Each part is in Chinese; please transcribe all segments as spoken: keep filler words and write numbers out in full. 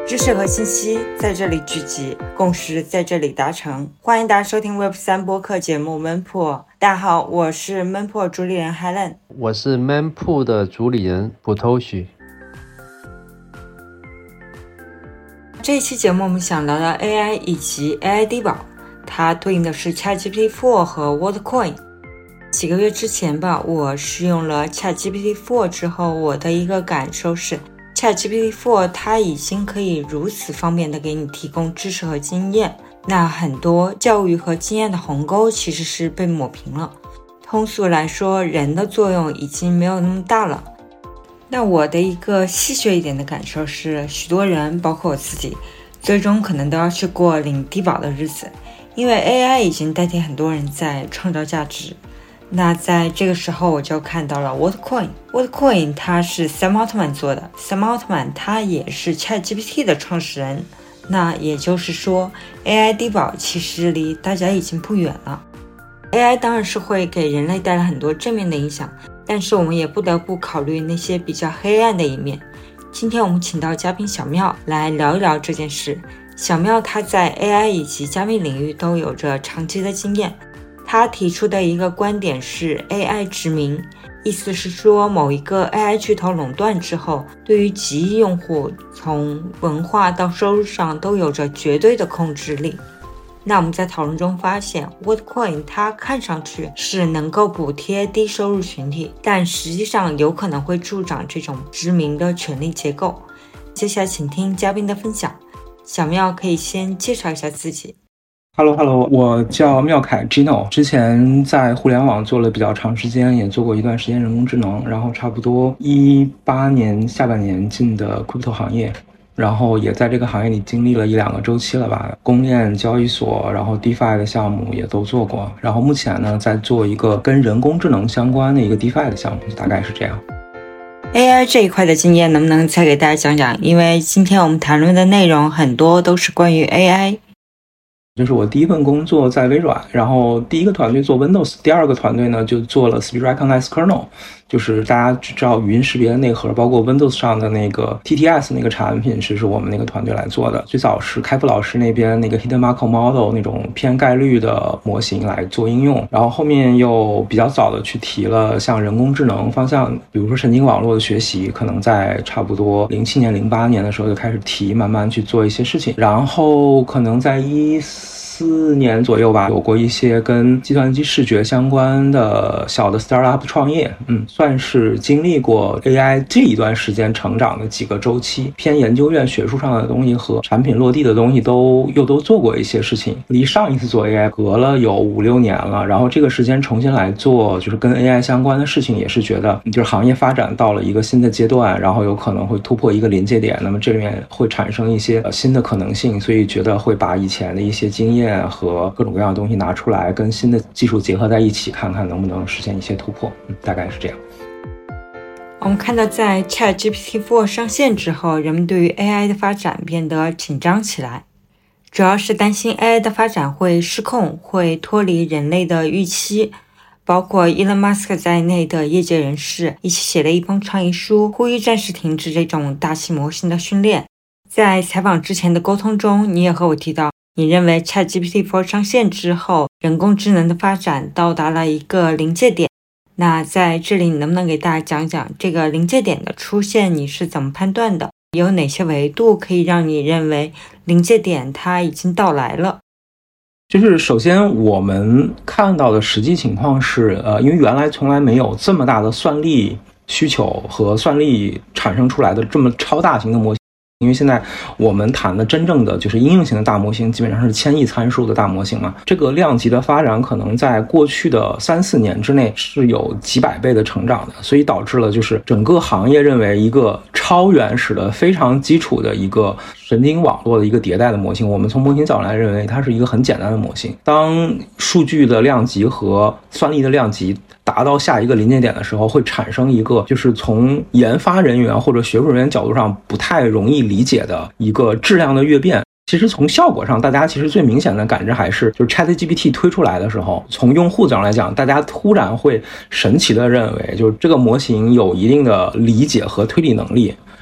知识和信息在这里聚集，共识在这里达成。欢迎大家收听 Web 三 播客节目闷铺。大家好，我是闷铺主理人 Helen， 我是闷铺的主理人普偷许。 这一期节目我们想聊聊 A I 以及 A I 低保，它对应的是 ChatGPT 四 和 WorldCoin。几个月之前吧，我试用了 ChatGPT 四 之后，我的一个感受是ChatGPT 四 它已经可以如此方便的给你提供知识和经验，那很多教育和经验的鸿沟其实是被抹平了。通俗来说，人的作用已经没有那么大了。那我的一个戏谑一点的感受是，许多人包括我自己最终可能都要去过领低保的日子，因为 A I 已经代替很多人在创造价值。那在这个时候我就看到了 WorldCoin WorldCoin 它是 Sam Altman 做的， Sam Altman 他也是 ChatGPT 的创始人。那也就是说 A I 低保其实离大家已经不远了。 A I 当然是会给人类带来很多正面的影响，但是我们也不得不考虑那些比较黑暗的一面。今天我们请到嘉宾小妙来聊一聊这件事。小妙他在 A I 以及加密领域都有着长期的经验，他提出的一个观点是 A I 殖民，意思是说某一个 A I 巨头垄断之后，对于几亿用户从文化到收入上都有着绝对的控制力。那我们在讨论中发现 WorldCoin 它看上去是能够补贴低收入群体，但实际上有可能会助长这种殖民的权力结构。接下来请听嘉宾的分享，小妙可以先介绍一下自己。 Hello Hello， 我叫妙凯 Gino， 之前在互联网做了比较长时间，也做过一段时间人工智能，然后差不多一八年下半年进的 crypto 行业，然后也在这个行业里经历了一两个周期了吧，公链交易所，然后 DeFi 的项目也都做过，然后目前呢在做一个跟人工智能相关的一个 DeFi 的项目，大概是这样。 A I 这一块的经验能不能再给大家讲讲？因为今天我们谈论的内容很多都是关于 A I。 就是我第一份工作在微软，然后第一个团队做 Windows， 第二个团队呢就做了 Speech Recognize Kernel， 就是大家知道语音识别的内核，包括 Windows 上的那个 T T S 那个产品是是我们那个团队来做的。最早是开复老师那边那个 Hidden Markov Model 那种偏概率的模型来做应用，然后后面又比较早的去提了像人工智能方向，比如说神经网络的学习，可能在差不多零七年零八年的时候就开始提，慢慢去做一些事情，然后可能在一四年左右吧，有过一些跟计算机视觉相关的小的 startup 创业，嗯，算是经历过 A I 这一段时间成长的几个周期，偏研究院学术上的东西和产品落地的东西都又都做过一些事情。离上一次做 A I 隔了有五六年了，然后这个时间重新来做就是跟 A I 相关的事情，也是觉得就是行业发展到了一个新的阶段，然后有可能会突破一个临界点，那么这里面会产生一些新的可能性，所以觉得会把以前的一些经验和各种各样的东西拿出来，跟新的技术结合在一起，看看能不能实现一些突破。嗯，大概是这样。 我们看到在 ChatGPT 四 上线之后，人们对于 A I 的发展变得紧张起来，主要是担心 A I 的发展会失控，会脱离人类的预期。包括 Elon Musk 在内的业界人士一起写了一封倡议书，呼吁暂时停止这种大型模型的训练。在采访之前的沟通中，你也和我提到你认为 ChatGPT 四 上线之后，人工智能的发展到达了一个临界点。那在这里你能不能给大家讲讲这个临界点的出现你是怎么判断的？有哪些维度可以让你认为临界点它已经到来了？ 就是首先我们看到的实际情况是，呃，因为原来从来没有这么大的算力需求和算力产生出来的这么超大型的模型。因为现在我们谈的真正的就是应用型的大模型，基本上是千亿参数的大模型嘛。这个量级的发展可能在过去的三四年之内是有几百倍的成长的，所以导致了就是整个行业认为一个超原始的非常基础的一个神经网络的一个迭代的模型，我们从模型角度来认为它是一个很简单的模型。当数据的量级和算力的量级达到下一个临界点的时候，会产生一个就是从研发人员或者学术人员角度上不太容易理解的一个质量的跃变。其实从效果上，大家其实最明显的感知还是就是 ChatGPT 推出来的时候，从用户角度来讲，大家突然会神奇的认为就是这个模型有一定的理解和推理能力，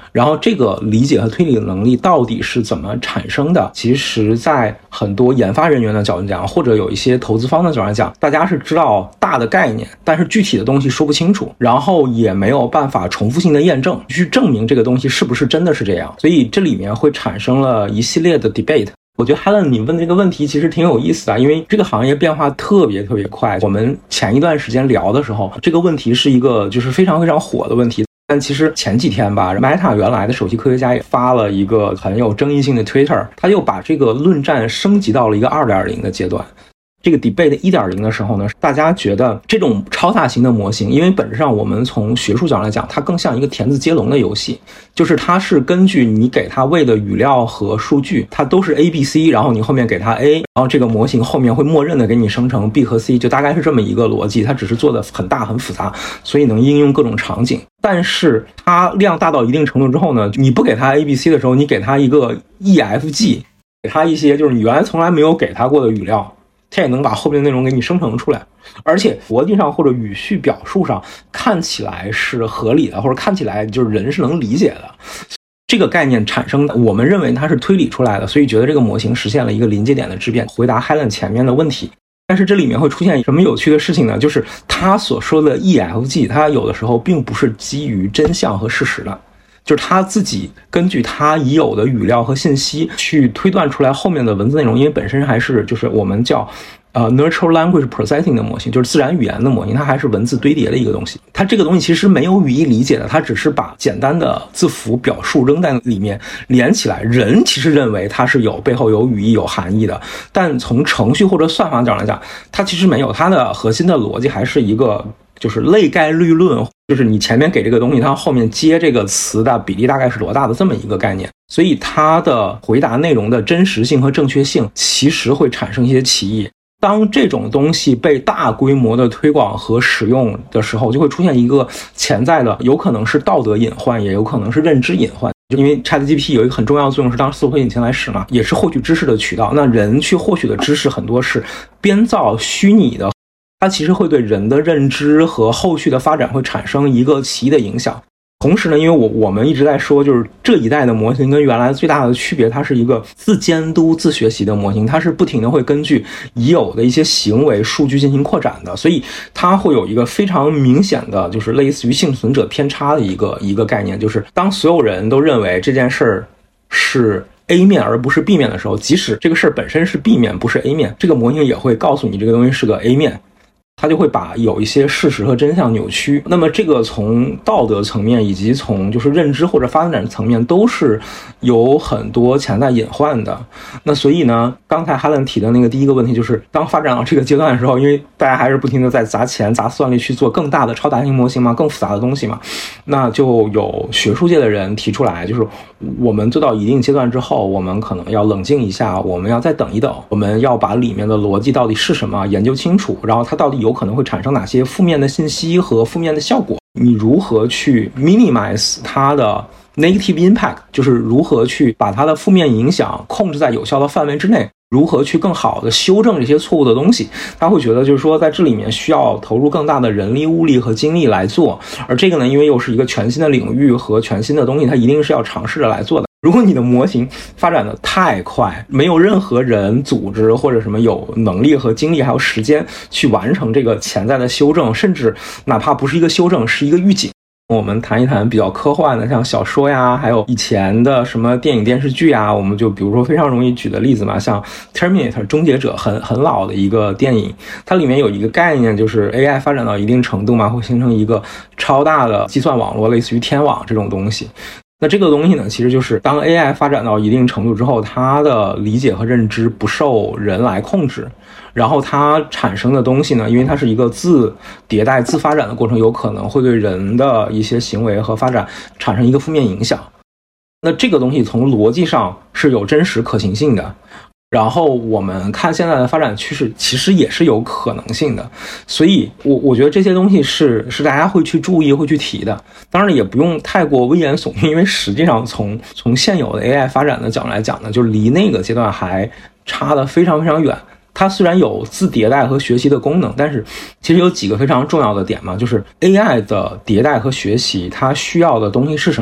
然后这个理解和推理的能力到底是怎么产生的，其实在很多研发人员的角度讲，或者有一些投资方的角度来讲，大家是知道大的概念，但是具体的东西说不清楚，然后也没有办法重复性的验证去证明这个东西是不是真的是这样，所以这里面会产生了一系列的 debate。我觉得 Helen 你问的这个问题其实挺有意思的，因为这个行业变化特别特别快。我们前一段时间聊的时候，这个问题是一个就是非常非常火的问题。但其实前几天吧 Meta 原来的首席科学家也发了一个很有争议性的 Twitter， 他又把这个论战升级到了一个 二点零 的阶段。这个 debate 一点零 的时候呢，大家觉得这种超大型的模型，因为本质上我们从学术角度来讲，它更像一个填字接龙的游戏，就是它是根据你给它喂的语料和数据，它都是 A B C， 然后你后面给它 A， 然后这个模型后面会默认的给你生成 B 和 C， 就大概是这么一个逻辑，它只是做的很大很复杂，所以能应用各种场景。但是它量大到一定程度之后呢，你不给它 A B C 的时候，你给它一个 E F G， 给它一些就是你原来从来没有给它过的语料，它也能把后面的内容给你生成出来，而且逻辑上或者语序表述上看起来是合理的，或者看起来就是人是能理解的。这个概念产生的，我们认为它是推理出来的，所以觉得这个模型实现了一个临界点的质变，回答 Helen 前面的问题。但是这里面会出现什么有趣的事情呢？就是他所说的 E F G， 它有的时候并不是基于真相和事实的，就是他自己根据他已有的语料和信息去推断出来后面的文字内容，因为本身还是就是我们叫呃 natural language processing 的模型，就是自然语言的模型，它还是文字堆叠的一个东西。它这个东西其实没有语义理解的，它只是把简单的字符表述扔在里面连起来。人其实认为它是有背后有语义有含义的，但从程序或者算法角度来讲，它其实没有，它的核心的逻辑还是一个就是类概率论，就是你前面给这个东西，它后面接这个词的比例大概是多大的这么一个概念，所以它的回答内容的真实性和正确性其实会产生一些歧义。当这种东西被大规模的推广和使用的时候，就会出现一个潜在的有可能是道德隐患，也有可能是认知隐患。就因为 ChatGPT 有一个很重要的作用是当搜索引擎来使嘛，也是获取知识的渠道。那人去获取的知识很多是编造虚拟的，它其实会对人的认知和后续的发展会产生一个奇异的影响。同时呢，因为我我们一直在说，就是这一代的模型跟原来最大的区别，它是一个自监督自学习的模型，它是不停的会根据已有的一些行为数据进行扩展的，所以它会有一个非常明显的就是类似于幸存者偏差的一个一个概念，就是当所有人都认为这件事儿是 A 面而不是 B 面的时候，即使这个事儿本身是 B 面不是 A 面，这个模型也会告诉你这个东西是个 A 面，它就会把有一些事实和真相扭曲。那么这个从道德层面以及从就是认知或者发展层面都是有很多潜在隐患的。那所以呢，刚才 Helen 提的那个第一个问题就是当发展到这个阶段的时候，因为大家还是不停的在砸钱砸算力去做更大的超大型模型嘛，更复杂的东西嘛，那就有学术界的人提出来，就是我们做到一定阶段之后，我们可能要冷静一下，我们要再等一等，我们要把里面的逻辑到底是什么研究清楚，然后它到底有有可能会产生哪些负面的信息和负面的效果，你如何去 minimize 它的 negative impact， 就是如何去把它的负面影响控制在有效的范围之内，如何去更好的修正这些错误的东西。他会觉得就是说在这里面需要投入更大的人力物力和精力来做，而这个呢，因为又是一个全新的领域和全新的东西，它一定是要尝试着来做的。如果你的模型发展的太快，没有任何人组织或者什么有能力和精力还有时间去完成这个潜在的修正，甚至哪怕不是一个修正是一个预警。我们谈一谈比较科幻的，像小说呀，还有以前的什么电影电视剧啊，我们就比如说非常容易举的例子嘛，像 Terminator 终结者，很很老的一个电影，它里面有一个概念，就是 A I 发展到一定程度嘛，会形成一个超大的计算网络，类似于天网这种东西。那这个东西呢，其实就是当 A I 发展到一定程度之后，它的理解和认知不受人来控制，然后它产生的东西呢，因为它是一个自迭代自发展的过程，有可能会对人的一些行为和发展产生一个负面影响。那这个东西从逻辑上是有真实可行性的，然后我们看现在的发展趋势其实也是有可能性的，所以我我觉得这些东西是是大家会去注意会去提的。当然也不用太过危言耸听，因为实际上从从现有的 A I 发展的角度来讲呢，就离那个阶段还差得非常非常远。它虽然有自迭代和学习的功能，但是其实有几个非常重要的点嘛，就是 A I 的迭代和学习它需要的东西是什么。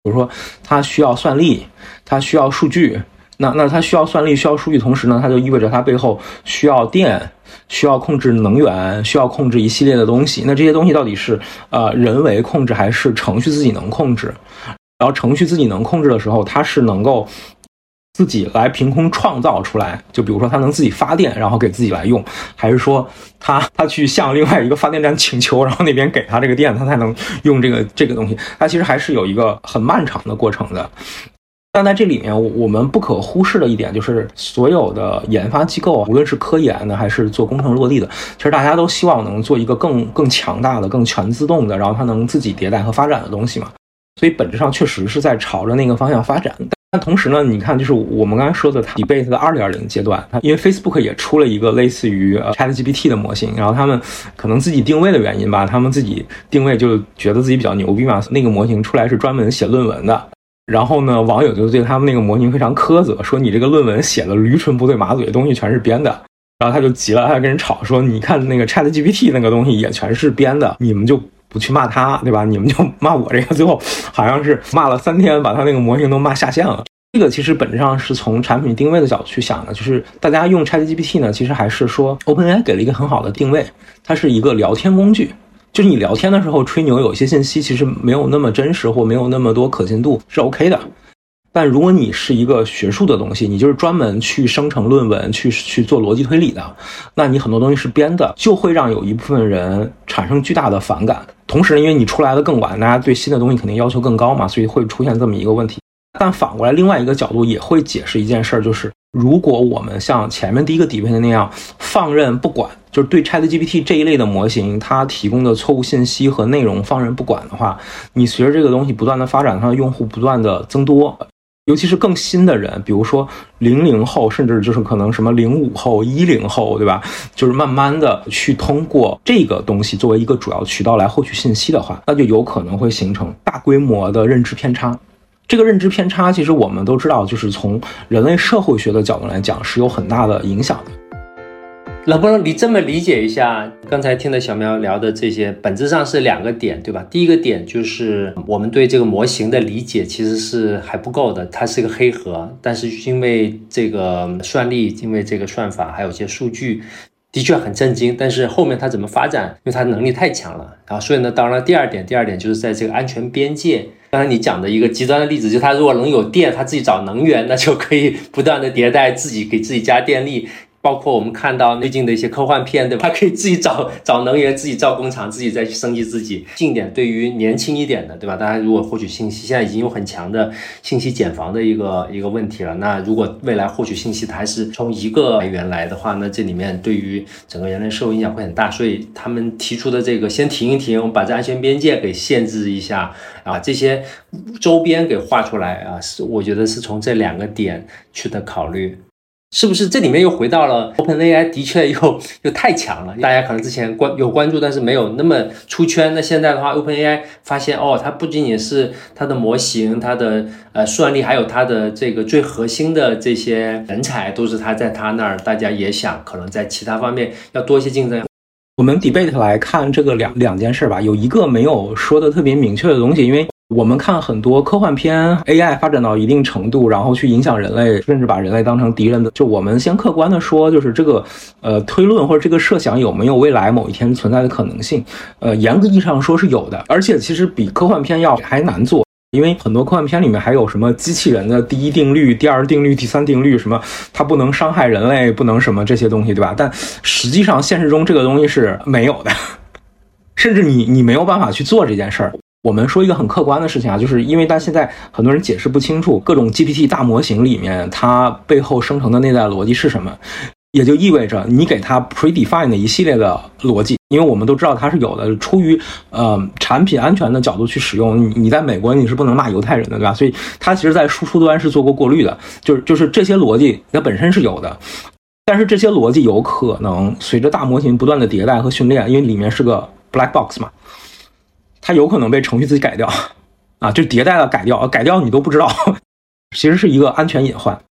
比如说它需要算力，它需要数据，那那它需要算力需要数据，同时呢它就意味着它背后需要电，需要控制能源，需要控制一系列的东西。那这些东西到底是呃人为控制还是程序自己能控制？然后程序自己能控制的时候，它是能够自己来凭空创造出来，就比如说它能自己发电然后给自己来用，还是说它它去向另外一个发电站请求，然后那边给它这个电，它才能用这个这个东西。它其实还是有一个很漫长的过程的。但在这里面我们不可忽视的一点就是，所有的研发机构无论是科研的还是做工程落地的，其实大家都希望能做一个更更强大的更全自动的，然后它能自己迭代和发展的东西嘛。所以本质上确实是在朝着那个方向发展。但同时呢，你看就是我们刚才说的 debate 的 二点零 阶段，因为 Facebook 也出了一个类似于 ChatGPT 的模型，然后他们可能自己定位的原因吧，他们自己定位就觉得自己比较牛逼嘛，那个模型出来是专门写论文的。然后呢，网友就对他们那个模型非常苛责，说你这个论文写的驴唇不对马嘴，东西全是编的。然后他就急了，他就跟人吵说，你看那个 ChatGPT 那个东西也全是编的，你们就不去骂他，对吧？你们就骂我这个。最后好像是骂了三天，把他那个模型都骂下线了。这个其实本质上是从产品定位的角度去想的，就是大家用 ChatGPT 呢，其实还是说 OpenAI 给了一个很好的定位，它是一个聊天工具。就是你聊天的时候吹牛，有一些信息其实没有那么真实或没有那么多可信度是 OK 的。但如果你是一个学术的东西，你就是专门去生成论文去去做逻辑推理的，那你很多东西是编的，就会让有一部分人产生巨大的反感。同时因为你出来的更晚，大家对新的东西肯定要求更高嘛，所以会出现这么一个问题。但反过来另外一个角度也会解释一件事儿，就是如果我们像前面第一个底片那样放任不管，就是对 ChatGPT 这一类的模型它提供的错误信息和内容放任不管的话，你随着这个东西不断的发展，它的用户不断的增多，尤其是更新的人，比如说零零后，甚至就是可能什么零五后、一零后，对吧？就是慢慢的去通过这个东西作为一个主要渠道来获取信息的话，那就有可能会形成大规模的认知偏差。这个认知偏差其实我们都知道，就是从人类社会学的角度来讲是有很大的影响的。 能不能你这么理解一下刚才听的小苗聊的这些，本质上是两个点，对吧？第一个点就是我们对这个模型的理解其实是还不够的，它是一个黑盒，但是因为这个算力，因为这个算法还有一些数据的确很震惊，但是后面它怎么发展，因为它能力太强了。然后所以呢，当然第二点第二点就是在这个安全边界。刚才你讲的一个极端的例子，就是它如果能有电，它自己找能源，那就可以不断的迭代，自己给自己加电力。包括我们看到最近的一些科幻片，对吧？它可以自己找找能源，自己造工厂，自己再去升级自己。近点对于年轻一点的，对吧？大家如果获取信息，现在已经有很强的信息茧房的一个一个问题了。那如果未来获取信息它还是从一个来源来的话，那这里面对于整个人类社会影响会很大。所以他们提出的这个先停一停，我们把这安全边界给限制一下啊，这些周边给画出来啊，是我觉得是从这两个点去的考虑。是不是这里面又回到了 OpenAI 的确又又太强了，大家可能之前关有关注，但是没有那么出圈。那现在的话 OpenAI 发现哦，它不仅仅是它的模型，它的呃算力，还有它的这个最核心的这些人才都是它在它那儿，大家也想可能在其他方面要多一些竞争。 我们 debate 来看这个两两件事吧，有一个没有说的特别明确的东西，因为我们看很多科幻片 A I 发展到一定程度，然后去影响人类，甚至把人类当成敌人的，就我们先客观的说，就是这个呃推论或者这个设想有没有未来某一天存在的可能性，呃严格意义上说是有的，而且其实比科幻片要还难做。因为很多科幻片里面还有什么机器人的第一定律、第二定律、第三定律，什么它不能伤害人类，不能什么这些东西，对吧？但实际上现实中这个东西是没有的，甚至你你没有办法去做这件事儿。我们说一个很客观的事情啊，就是因为但现在很多人解释不清楚各种 G P T 大模型里面它背后生成的内在逻辑是什么，也就意味着你给它 predefine 的一系列的逻辑，因为我们都知道它是有的，出于呃产品安全的角度去使用，你你在美国你是不能骂犹太人的，对吧？所以它其实在输出端是做过过滤的，就是就是这些逻辑它本身是有的，但是这些逻辑有可能随着大模型不断的迭代和训练，因为里面是个 black box 嘛，它有可能被程序自己改掉啊，就迭代了改掉，改掉你都不知道，其实是一个安全隐患。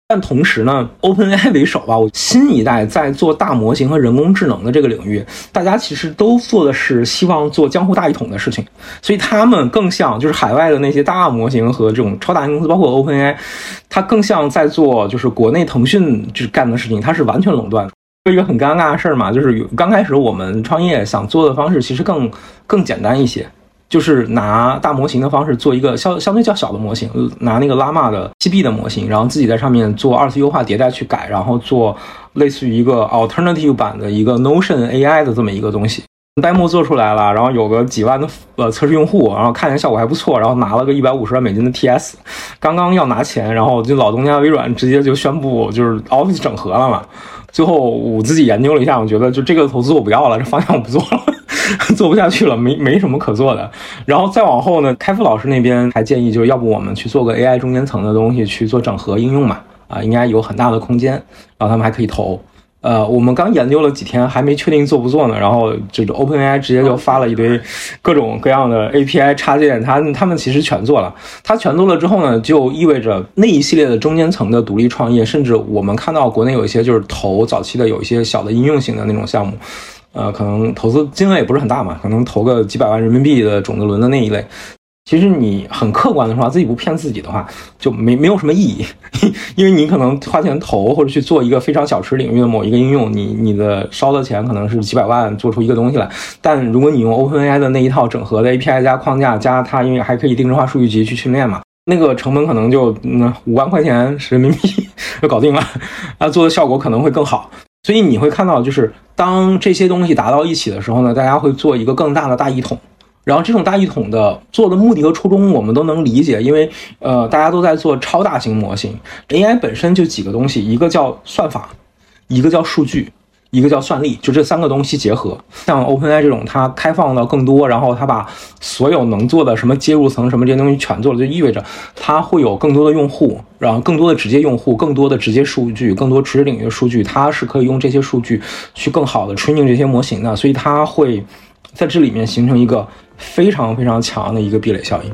但同时呢 OpenAI 为首吧，我新一代在做大模型和人工智能的这个领域，大家其实都做的是希望做江湖大一统的事情，所以他们更像就是海外的那些大模型和这种超大型公司，包括 OpenAI， 它更像在做就是国内腾讯就是干的事情，它是完全垄断的。一个很尴尬的事儿嘛，就是刚开始我们创业想做的方式其实更更简单一些，就是拿大模型的方式做一个相相对较小的模型，拿那个拉玛的 G B 的模型，然后自己在上面做二次优化迭代去改，然后做类似于一个 alternative 版的一个 Notion A I 的这么一个东西。demo 做出来了，然后有个几万的呃测试用户，然后看起来效果还不错，然后拿了个一百五十万美金的 T S， 刚刚要拿钱，然后就老东家微软直接就宣布就是 Office 整合了嘛。最后我自己研究了一下，我觉得就这个投资我不要了，这方向我不做了，做不下去了，没没什么可做的。然后再往后呢，开复老师那边还建议，就是要不我们去做个 A I 中间层的东西去做整合应用嘛，啊，应该有很大的空间，然后他们还可以投。呃，我们刚研究了几天，还没确定做不做呢。然后这个 OpenAI 直接就发了一堆各种各样的 A P I 插件，他他们其实全做了。他全做了之后呢，就意味着那一系列的中间层的独立创业，甚至我们看到国内有一些就是投早期的有一些小的应用型的那种项目，呃，可能投资金额也不是很大嘛，可能投个几百万人民币的种子轮的那一类。其实你很客观的说，自己不骗自己的话，就没没有什么意义，因为你可能花钱投或者去做一个非常小池领域的某一个应用，你你的烧的钱可能是几百万做出一个东西来，但如果你用 OpenAI 的那一套整合的 A P I 加框架加它，因为还可以定制化数据集去训练嘛，那个成本可能就嗯五万块钱人民币就搞定了，啊，做的效果可能会更好。所以你会看到，就是当这些东西达到一起的时候呢，大家会做一个更大的大一统。然后这种大一统的做的目的和初衷我们都能理解，因为呃大家都在做超大型模型， A I 本身就几个东西，一个叫算法，一个叫数据，一个叫算力，就这三个东西结合。像 OpenAI 这种它开放到更多，然后它把所有能做的什么接入层什么这些东西全做了，就意味着它会有更多的用户，然后更多的直接用户，更多的直接数据，更多垂直领域的数据，它是可以用这些数据去更好的 training 这些模型的，所以它会在这里面形成一个非常非常强的一个壁垒效应。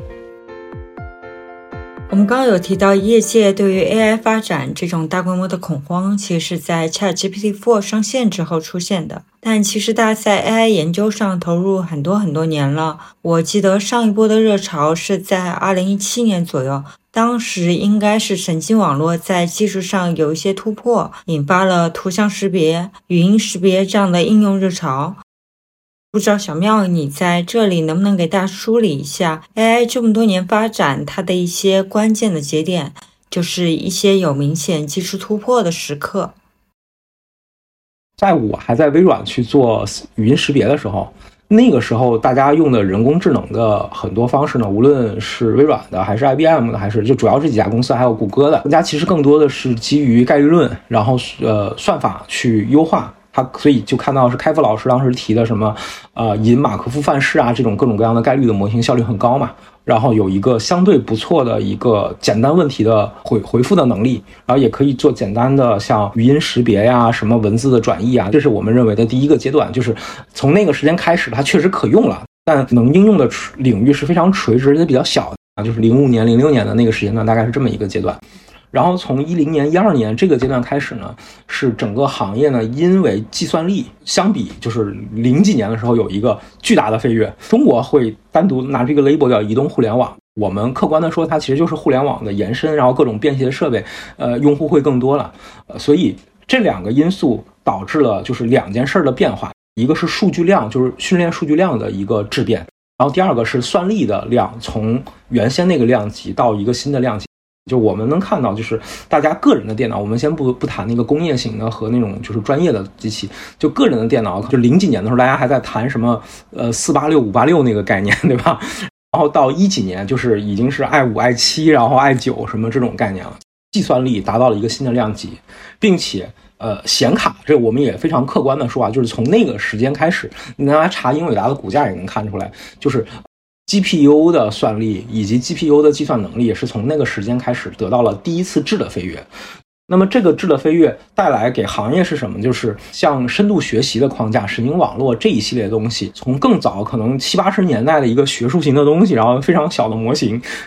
我们刚刚有提到业界对于 A I 发展这种大规模的恐慌，其实是在 ChatGPT 四 上线之后出现的。但其实大家在 A I 研究上投入很多很多年了。我记得上一波的热潮是在二零一七年左右，当时应该是神经网络在技术上有一些突破，引发了图像识别、语音识别这样的应用热潮。不知道小妙你在这里能不能给大家梳理一下 A I 这么多年发展它的一些关键的节点，就是一些有明显技术突破的时刻。 在我还在微软去做语音识别的时候，那个时候大家用的人工智能的很多方式呢，无论是微软的还是 I B M 的，还是就主要这几家公司还有谷歌的，大家其实更多的是基于概率论，然后呃算法去优化它，所以就看到是开复老师当时提的什么呃引马可夫范式啊，这种各种各样的概率的模型效率很高嘛，然后有一个相对不错的一个简单问题的回回复的能力，然后也可以做简单的像语音识别呀、什么文字的转译啊，这是我们认为的第一个阶段，就是从那个时间开始它确实可用了，但能应用的领域是非常垂直也比较小的，就是零五年零六年的那个时间段大概是这么一个阶段。然后从一零年一二年这个阶段开始呢，是整个行业呢因为计算力相比就是零几年的时候有一个巨大的飞跃，中国会单独拿这个 label 叫移动互联网，我们客观的说它其实就是互联网的延伸，然后各种便携的设备呃用户会更多了，呃所以这两个因素导致了就是两件事的变化，一个是数据量，就是训练数据量的一个质变，然后第二个是算力的量，从原先那个量级到一个新的量级。就我们能看到，就是大家个人的电脑，我们先不不谈那个工业型的和那种就是专业的机器，就个人的电脑，就零几年的时候，大家还在谈什么呃四八六五八六那个概念，对吧？然后到一几年，就是已经是 i 五 i 七，然后 i 九什么这种概念了，计算力达到了一个新的量级，并且呃显卡，这我们也非常客观的说啊，就是从那个时间开始，你拿来查英伟达的股价也能看出来，就是。G P U 的算力以及 G P U 的计算能力也是从那个时间开始得到了第一次质的飞跃。那么这个质的飞跃带来给行业是什么？就是像深度学习的框架、神经网络这一系列东西，从更早可能七八十年代的一个学术型的东西，然后非常小的模型，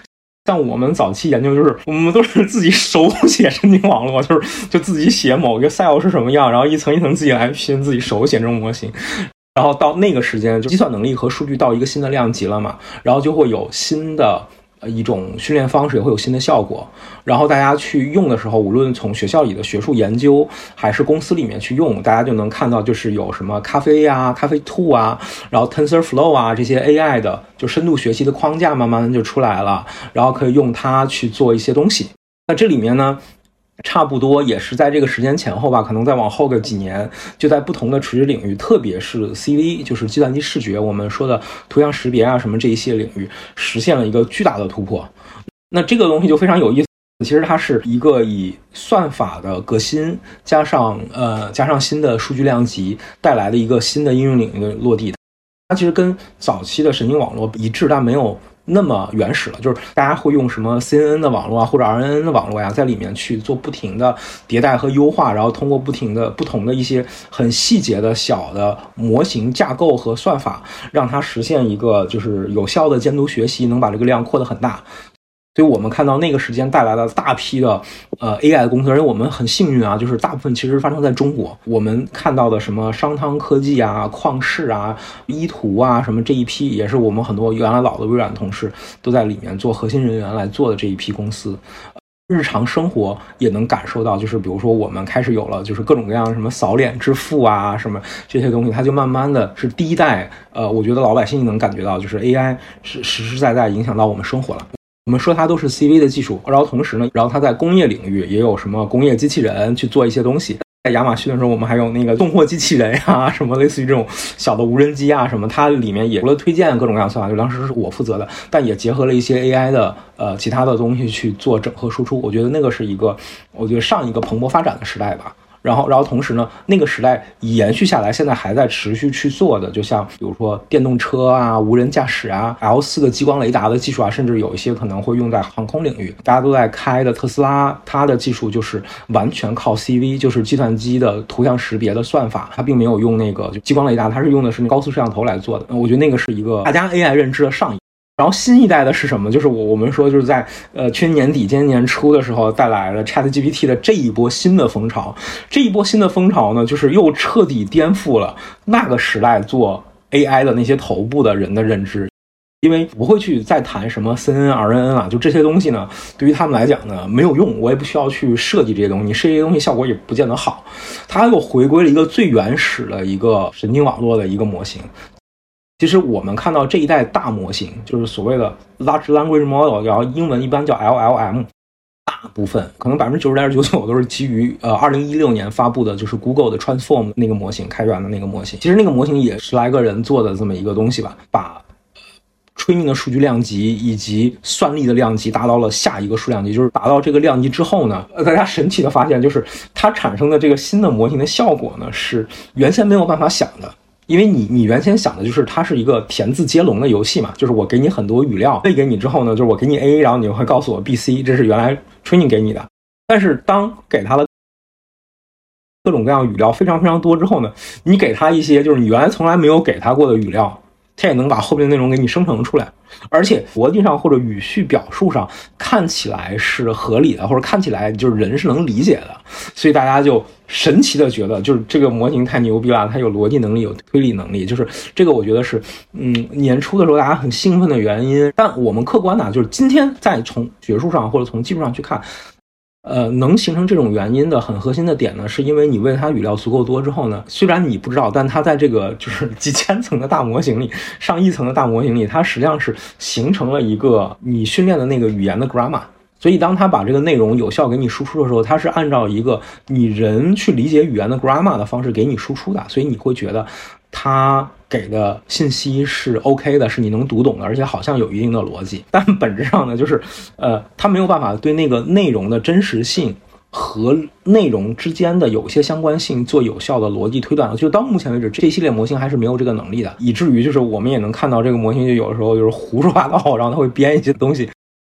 像我们早期研究，就是我们都是自己手写神经网络，就是就自己写某个 cell 是什么样，然后一层一层自己来拼，自己手写这种模型。然后到那个时间，就计算能力和数据到一个新的量级了嘛，然后就会有新的一种训练方式，也会有新的效果。然后大家去用的时候，无论从学校里的学术研究还是公司里面去用，大家就能看到就是有什么咖啡啊、咖啡 two 啊，然后 TensorFlow 啊这些 A I 的就深度学习的框架慢慢就出来了，然后可以用它去做一些东西。那这里面呢，差不多也是在这个时间前后吧，可能再往后个几年，就在不同的垂直领域，特别是 C V 就是计算机视觉，我们说的图像识别啊什么这一些领域，实现了一个巨大的突破。那这个东西就非常有意思，其实它是一个以算法的革新加上呃加上新的数据量级带来的一个新的应用领域的落地。它其实跟早期的神经网络一致，但没有那么原始了，就是大家会用什么 C N N 的网络啊，或者 R N N 的网络呀、啊，在里面去做不停的迭代和优化，然后通过不停的不同的一些很细节的小的模型架构和算法，让它实现一个就是有效的监督学习，能把这个量扩得很大。所以我们看到那个时间带来了大批的呃 A I 的公司，而且我们很幸运啊，就是大部分其实发生在中国。我们看到的什么商汤科技啊、旷视啊、依图啊，什么这一批也是我们很多原来老的微软同事都在里面做核心人员来做的这一批公司。日常生活也能感受到，就是比如说我们开始有了就是各种各样什么扫脸支付啊什么这些东西，它就慢慢的是第一代呃，我觉得老百姓能感觉到就是 A I 是实实在在影响到我们生活了。我们说它都是 C V 的技术，然后同时呢，然后它在工业领域也有什么工业机器人去做一些东西。在亚马逊的时候，我们还有那个送货机器人呀，什么类似于这种小的无人机啊，什么它里面也除了推荐各种各样的算法，就当时是我负责的，但也结合了一些 A I 的呃其他的东西去做整合输出。我觉得那个是一个，我觉得上一个蓬勃发展的时代吧。然后，然后同时呢，那个时代延续下来，现在还在持续去做的，就像比如说电动车啊、无人驾驶啊、L 四 的激光雷达的技术啊，甚至有一些可能会用在航空领域。大家都在开的特斯拉，它的技术就是完全靠 C V， 就是计算机的图像识别的算法，它并没有用那个就激光雷达，它是用的是高速摄像头来做的。我觉得那个是一个大家 A I 认知的上一。然后新一代的是什么？就是我我们说就是在呃去年年底、今年年初的时候带来了 ChatGPT 的这一波新的风潮。这一波新的风潮呢，就是又彻底颠覆了那个时代做 A I 的那些头部的人的认知。因为不会去再谈什么 C N N、R N N 啊，就这些东西呢，对于他们来讲呢没有用，我也不需要去设计这些东西，你设计这些东西效果也不见得好。它又回归了一个最原始的一个神经网络的一个模型。其实我们看到这一代大模型，就是所谓的 Large Language Model， 然后英文一般叫 L L M， 大部分可能 百分之九十九点九九 都是基于呃二零一六年发布的，就是 Google 的 Transform 那个模型，开源的那个模型。其实那个模型也十来个人做的这么一个东西吧，把training 的数据量级以及算力的量级达到了下一个数量级，就是达到这个量级之后呢，大家神奇的发现，就是它产生的这个新的模型的效果呢，是原先没有办法想的。因为你你原先想的就是它是一个填字接龙的游戏嘛，就是我给你很多语料喂给你之后呢，就是我给你 A， 然后你会告诉我 B C， 这是原来 training 给你的。但是当给它的各种各样语料非常非常多之后呢，你给它一些就是你原来从来没有给它过的语料，它也能把后面的内容给你生成出来，而且逻辑上或者语序表述上看起来是合理的，或者看起来就是人是能理解的，所以大家就神奇的觉得就是这个模型太牛逼了，它有逻辑能力，有推理能力，就是这个我觉得是嗯年初的时候大家很兴奋的原因。但我们客观呢，就是今天再从学术上或者从技术上去看，呃，能形成这种原因的很核心的点呢，是因为你喂它语料足够多之后呢，虽然你不知道，但它在这个就是几千层的大模型里，上亿层的大模型里，它实际上是形成了一个你训练的那个语言的 grammar。所以当它把这个内容有效给你输出的时候，它是按照一个你人去理解语言的 grammar 的方式给你输出的，所以你会觉得它给的信息是 OK 的，是你能读懂的，而且好像有一定的逻辑。但本质上呢，就是呃，它没有办法对那个内容的真实性和内容之间的有些相关性做有效的逻辑推断。就到目前为止，这一系列模型还是没有这个能力的，以至于就是我们也能看到这个模型就有的时候就是胡说八道，然后它会编一些东西。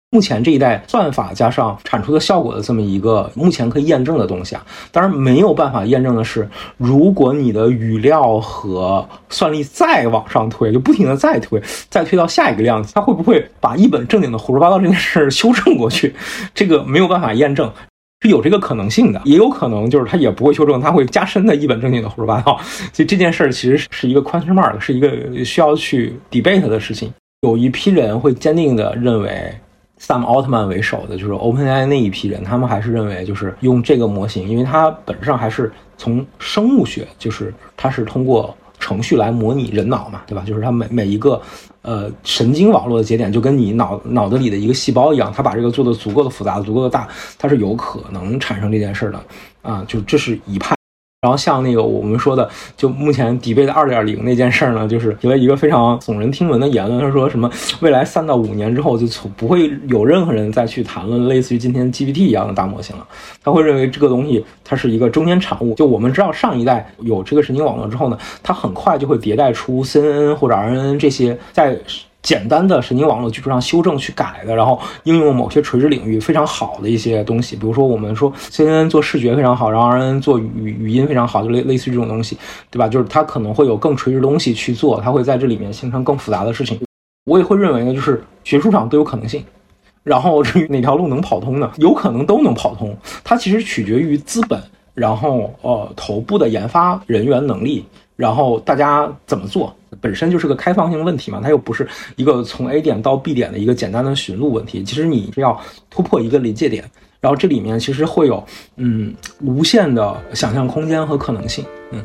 目前这一代算法加上产出的效果的这么一个目前可以验证的东西啊，当然没有办法验证的是，如果你的语料和算力再往上推，就不停的再推，再推到下一个量级，它会不会把一本正经的胡说八道这件事修正过去？这个没有办法验证。是有这个可能性的，也有可能就是它也不会修正，它会加深的一本正经的胡说八道。所以这件事儿其实是一个 question mark， 是一个需要去 debate 的事情。有一批人会坚定的认为 Sam Altman 为首的就是 OpenAI 那一批人，他们还是认为就是用这个模型，因为它本质上还是从生物学，就是它是通过程序来模拟人脑嘛，对吧？就是它每每一个呃神经网络的节点就跟你脑脑子里的一个细胞一样，它把这个做的足够的复杂足够的大，它是有可能产生这件事的啊，就这是一派。然后像那个我们说的就目前 debate 二点零那件事呢，就是提了一个非常耸人听闻的言论，他说什么未来三到五年之后就从不会有任何人再去谈论类似于今天 G P T 一样的大模型了，他会认为这个东西它是一个中间产物。就我们知道上一代有这个神经网络之后呢，它很快就会迭代出 C N N 或者 R N N 这些在简单的神经网络基础上修正去改的，然后应用某些垂直领域非常好的一些东西。比如说我们说 C N N 做视觉非常好，然后 R N N 做语语音非常好，就类类似于这种东西，对吧？就是它可能会有更垂直的东西去做，它会在这里面形成更复杂的事情。我也会认为呢，就是学术上都有可能性。然后至于哪条路能跑通呢？有可能都能跑通，它其实取决于资本，然后呃头部的研发人员能力，然后大家怎么做，本身就是个开放性问题嘛，它又不是一个从 A 点到 B 点的一个简单的寻路问题。其实你是要突破一个临界点，然后这里面其实会有嗯无限的想象空间和可能性。嗯，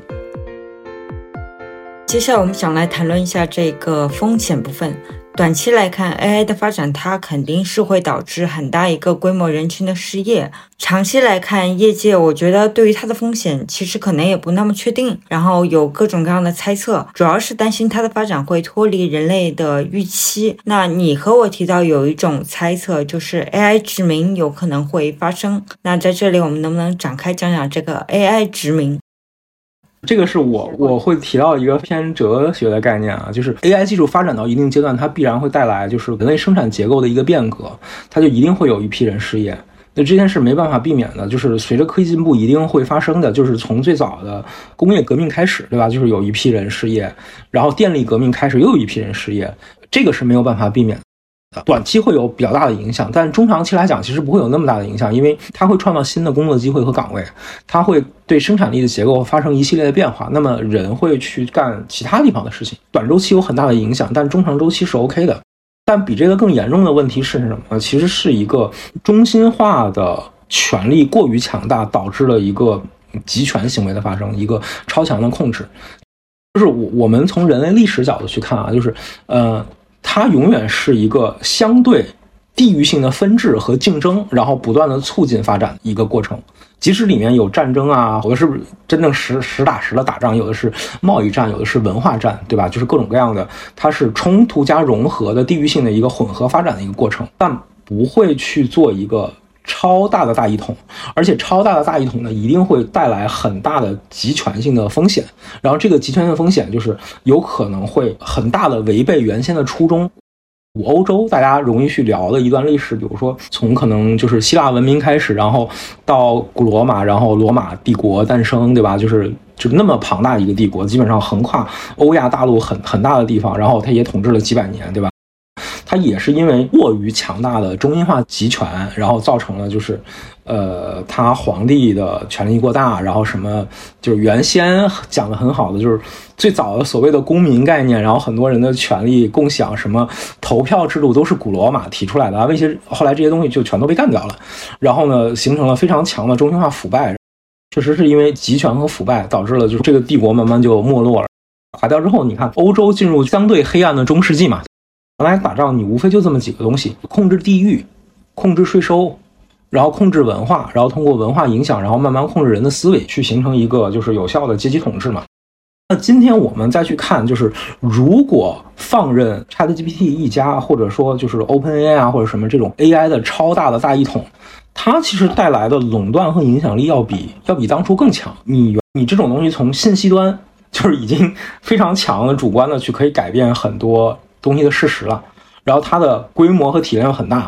接下来我们想来谈论一下这个风险部分。短期来看 A I 的发展它肯定是会导致很大一个规模人群的失业，长期来看业界我觉得对于它的风险其实可能也不那么确定，然后有各种各样的猜测，主要是担心它的发展会脱离人类的预期。那你和我提到有一种猜测，就是 A I 殖民有可能会发生，那在这里我们能不能展开讲讲这个 A I 殖民？ 这个是我我会提到一个偏哲学的概念啊，就是 A I 技术发展到一定阶段，它必然会带来就是人类生产结构的一个变革，它就一定会有一批人失业。那这件事没办法避免的，就是随着科技进步一定会发生的，就是从最早的工业革命开始，对吧？就是有一批人失业，然后电力革命开始又有一批人失业，这个是没有办法避免的。短期会有比较大的影响，但中长期来讲其实不会有那么大的影响，因为它会创造新的工作机会和岗位，它会对生产力的结构发生一系列的变化，那么人会去干其他地方的事情。短周期有很大的影响，但中长周期是 OK 的。但比这个更严重的问题是什么呢？其实是一个中心化的权力过于强大，导致了一个集权行为的发生，一个超强的控制。就是我我们从人类历史角度去看啊，就是呃它永远是一个相对地域性的分治和竞争，然后不断的促进发展一个过程。即使里面有战争啊，有的是真正实实打实的打仗，有的是贸易战，有的是文化战，对吧？就是各种各样的，它是冲突加融合的地域性的一个混合发展的一个过程，但不会去做一个超大的大一统，而且超大的大一统呢，一定会带来很大的集权性的风险。然后这个集权性的风险就是有可能会很大的违背原先的初衷。古欧洲大家容易去聊的一段历史，比如说从可能就是希腊文明开始，然后到古罗马，然后罗马帝国诞生，对吧？就是就那么庞大的一个帝国，基本上横跨欧亚大陆很很大的地方，然后它也统治了几百年，对吧？它也是因为过于强大的中心化集权，然后造成了就是呃他皇帝的权力过大，然后什么就是原先讲的很好的就是最早的所谓的公民概念，然后很多人的权利共享，什么投票制度都是古罗马提出来的，为些后来这些东西就全都被干掉了，然后呢形成了非常强的中心化腐败。确实是因为集权和腐败导致了就是这个帝国慢慢就没落了。垮掉之后，你看欧洲进入相对黑暗的中世纪嘛，原来打仗你无非就这么几个东西，控制地域，控制税收，然后控制文化，然后通过文化影响，然后慢慢控制人的思维，去形成一个就是有效的阶级统治嘛。那今天我们再去看，就是如果放任 ChatGPT 一家，或者说就是 OpenAI 啊，或者什么这种 A I 的超大的大一统，它其实带来的垄断和影响力要比要比当初更强。你你这种东西从信息端就是已经非常强的主观的去可以改变很多东西的事实了，然后它的规模和体量很大，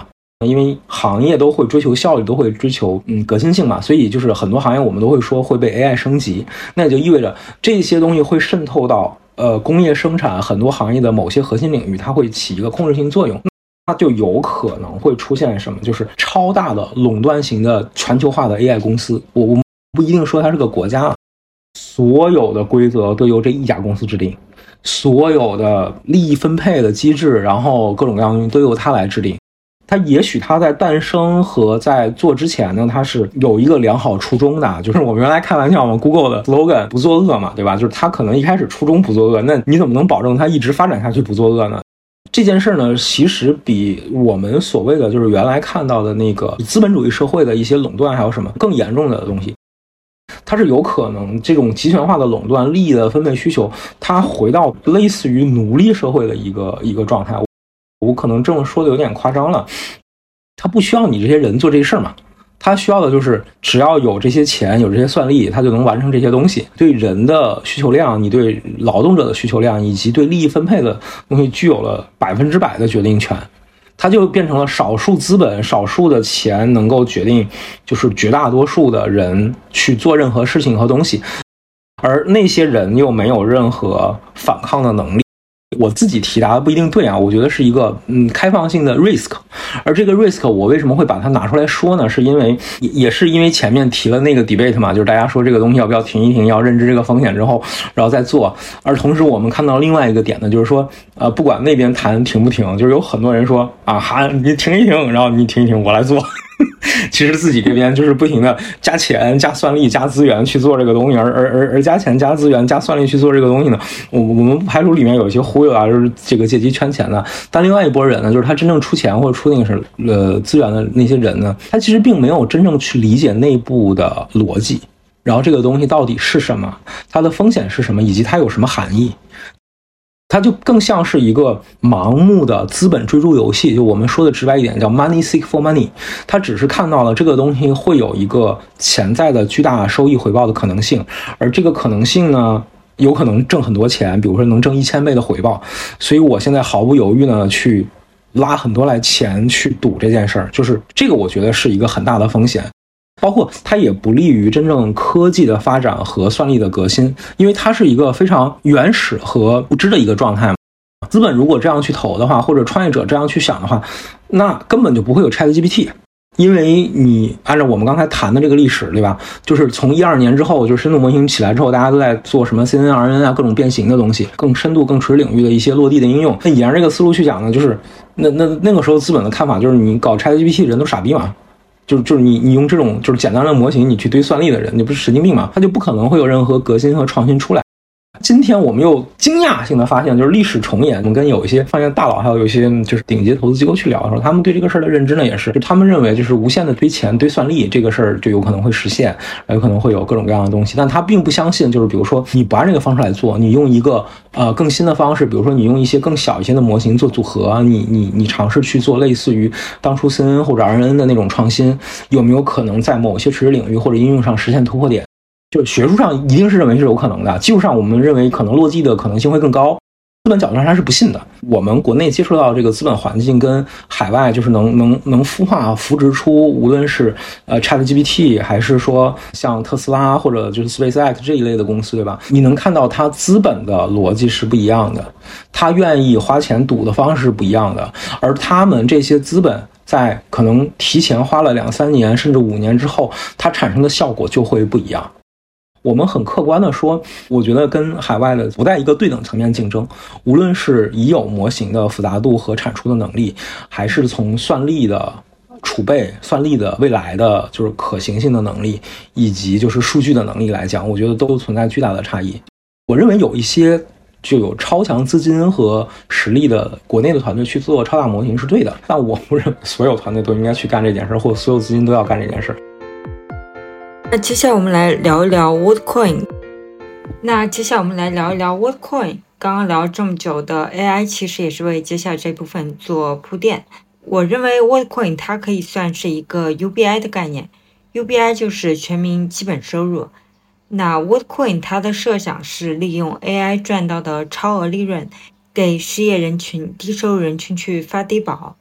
因为行业都会追求效率，都会追求嗯革新性嘛，所以就是很多行业我们都会说会被 A I 升级，那也就意味着这些东西会渗透到呃工业生产很多行业的某些核心领域，它会起一个控制性作用，它就有可能会出现什么，就是超大的垄断型的全球化的 A I 公司。我我不一定说它是个国家，所有的规则都由这一家公司制定，所有的利益分配的机制，然后各种各样的东西都由它来制定。它也许它在诞生和在做之前呢，它是有一个良好初衷的，就是我们原来开玩笑嘛 ，Google 的 slogan 不作恶嘛，对吧？就是它可能一开始初衷不作恶，那你怎么能保证它一直发展下去不作恶呢？这件事呢，其实比我们所谓的就是原来看到的那个资本主义社会的一些垄断还有什么更严重的东西。它是有可能这种集权化的垄断、利益的分配需求，它回到类似于奴隶社会的一个一个状态。我可能这么说的有点夸张了，他不需要你这些人做这事儿嘛，他需要的就是只要有这些钱，有这些算力，他就能完成这些东西。对人的需求量，你对劳动者的需求量，以及对利益分配的东西，具有了百分之百的决定权。它就变成了少数资本、少数的钱能够决定，就是绝大多数的人去做任何事情和东西，而那些人又没有任何反抗的能力。我自己提答的不一定对啊，我觉得是一个嗯开放性的 risk， 而这个 risk 我为什么会把它拿出来说呢？是因为也也是因为前面提了那个 debate 嘛，就是大家说这个东西要不要停一停，要认知这个风险之后，然后再做。而同时我们看到另外一个点呢，就是说呃不管那边谈停不停，就是有很多人说啊哈你停一停，然后你停一停我来做。其实自己这边就是不停的加钱、加算力、加资源去做这个东西，而而而而加钱、加资源、加算力去做这个东西呢，我我们不排除里面有一些忽悠啊，就是这个借机圈钱的。但另外一拨人呢，就是他真正出钱或者出那个是呃资源的那些人呢，他其实并没有真正去理解内部的逻辑，然后这个东西到底是什么，它的风险是什么，以及它有什么含义。它就更像是一个盲目的资本追逐游戏，就我们说的直白一点叫 money seek for money， 它只是看到了这个东西会有一个潜在的巨大收益回报的可能性，而这个可能性呢有可能挣很多钱，比如说能挣一千倍的回报，所以我现在毫不犹豫呢去拉很多来钱去赌这件事儿，就是这个我觉得是一个很大的风险。包括它也不利于真正科技的发展和算力的革新，因为它是一个非常原始和不知的一个状态。资本如果这样去投的话，或者创业者这样去想的话，那根本就不会有 ChatGPT。因为你按照我们刚才谈的这个历史，对吧？就是从一二年之后，就是深度模型起来之后，大家都在做什么 C N N R N 啊，各种变形的东西，更深度、更垂直领域的一些落地的应用。那沿着这个思路去讲呢，就是那那那个时候资本的看法就是你搞 ChatGPT 人都傻逼嘛。就是就是你你用这种就是简单的模型，你去堆算力的人，你不是神经病吗？他就不可能会有任何革新和创新出来。今天我们又惊讶性的发现，就是历史重演。我们跟有一些创业大佬，还有有一些就是顶级投资机构去聊的时候，他们对这个事儿的认知呢，也是，就他们认为就是无限的堆钱、堆算力，这个事儿就有可能会实现，有可能会有各种各样的东西。但他并不相信，就是比如说你不按这个方式来做，你用一个呃更新的方式，比如说你用一些更小一些的模型做组合，你你你尝试去做类似于当初 C N N 或者 R N N 的那种创新，有没有可能在某些垂直领域或者应用上实现突破点？就学术上一定是认为是有可能的，技术上我们认为可能落地的可能性会更高，资本角度上他是不信的。我们国内接触到这个资本环境跟海外就是能能能孵化扶植出无论是呃 ChatGPT 还是说像特斯拉或者就是 SpaceX 这一类的公司，对吧？你能看到它资本的逻辑是不一样的，他愿意花钱赌的方式是不一样的，而他们这些资本在可能提前花了两三年甚至五年之后，它产生的效果就会不一样。我们很客观的说，我觉得跟海外的不在一个对等层面竞争，无论是已有模型的复杂度和产出的能力，还是从算力的储备、算力的未来的就是可行性的能力，以及就是数据的能力来讲，我觉得都存在巨大的差异。我认为有一些就有超强资金和实力的国内的团队去做超大模型是对的，但我不认为所有团队都应该去干这件事，或者所有资金都要干这件事。 那接下来我们来聊一聊 WorldCoin。那接下来我们来聊一聊 WorldCoin。刚刚聊这么久的 A I， 其实也是为接下来这部分做铺垫。我认为 WorldCoin 它可以算是一个 U B I 的概念 ，U B I 就是全民基本收入。那 WorldCoin 它的设想是利用 A I 赚到的超额利润，给失业人群、低收入人群去发低保。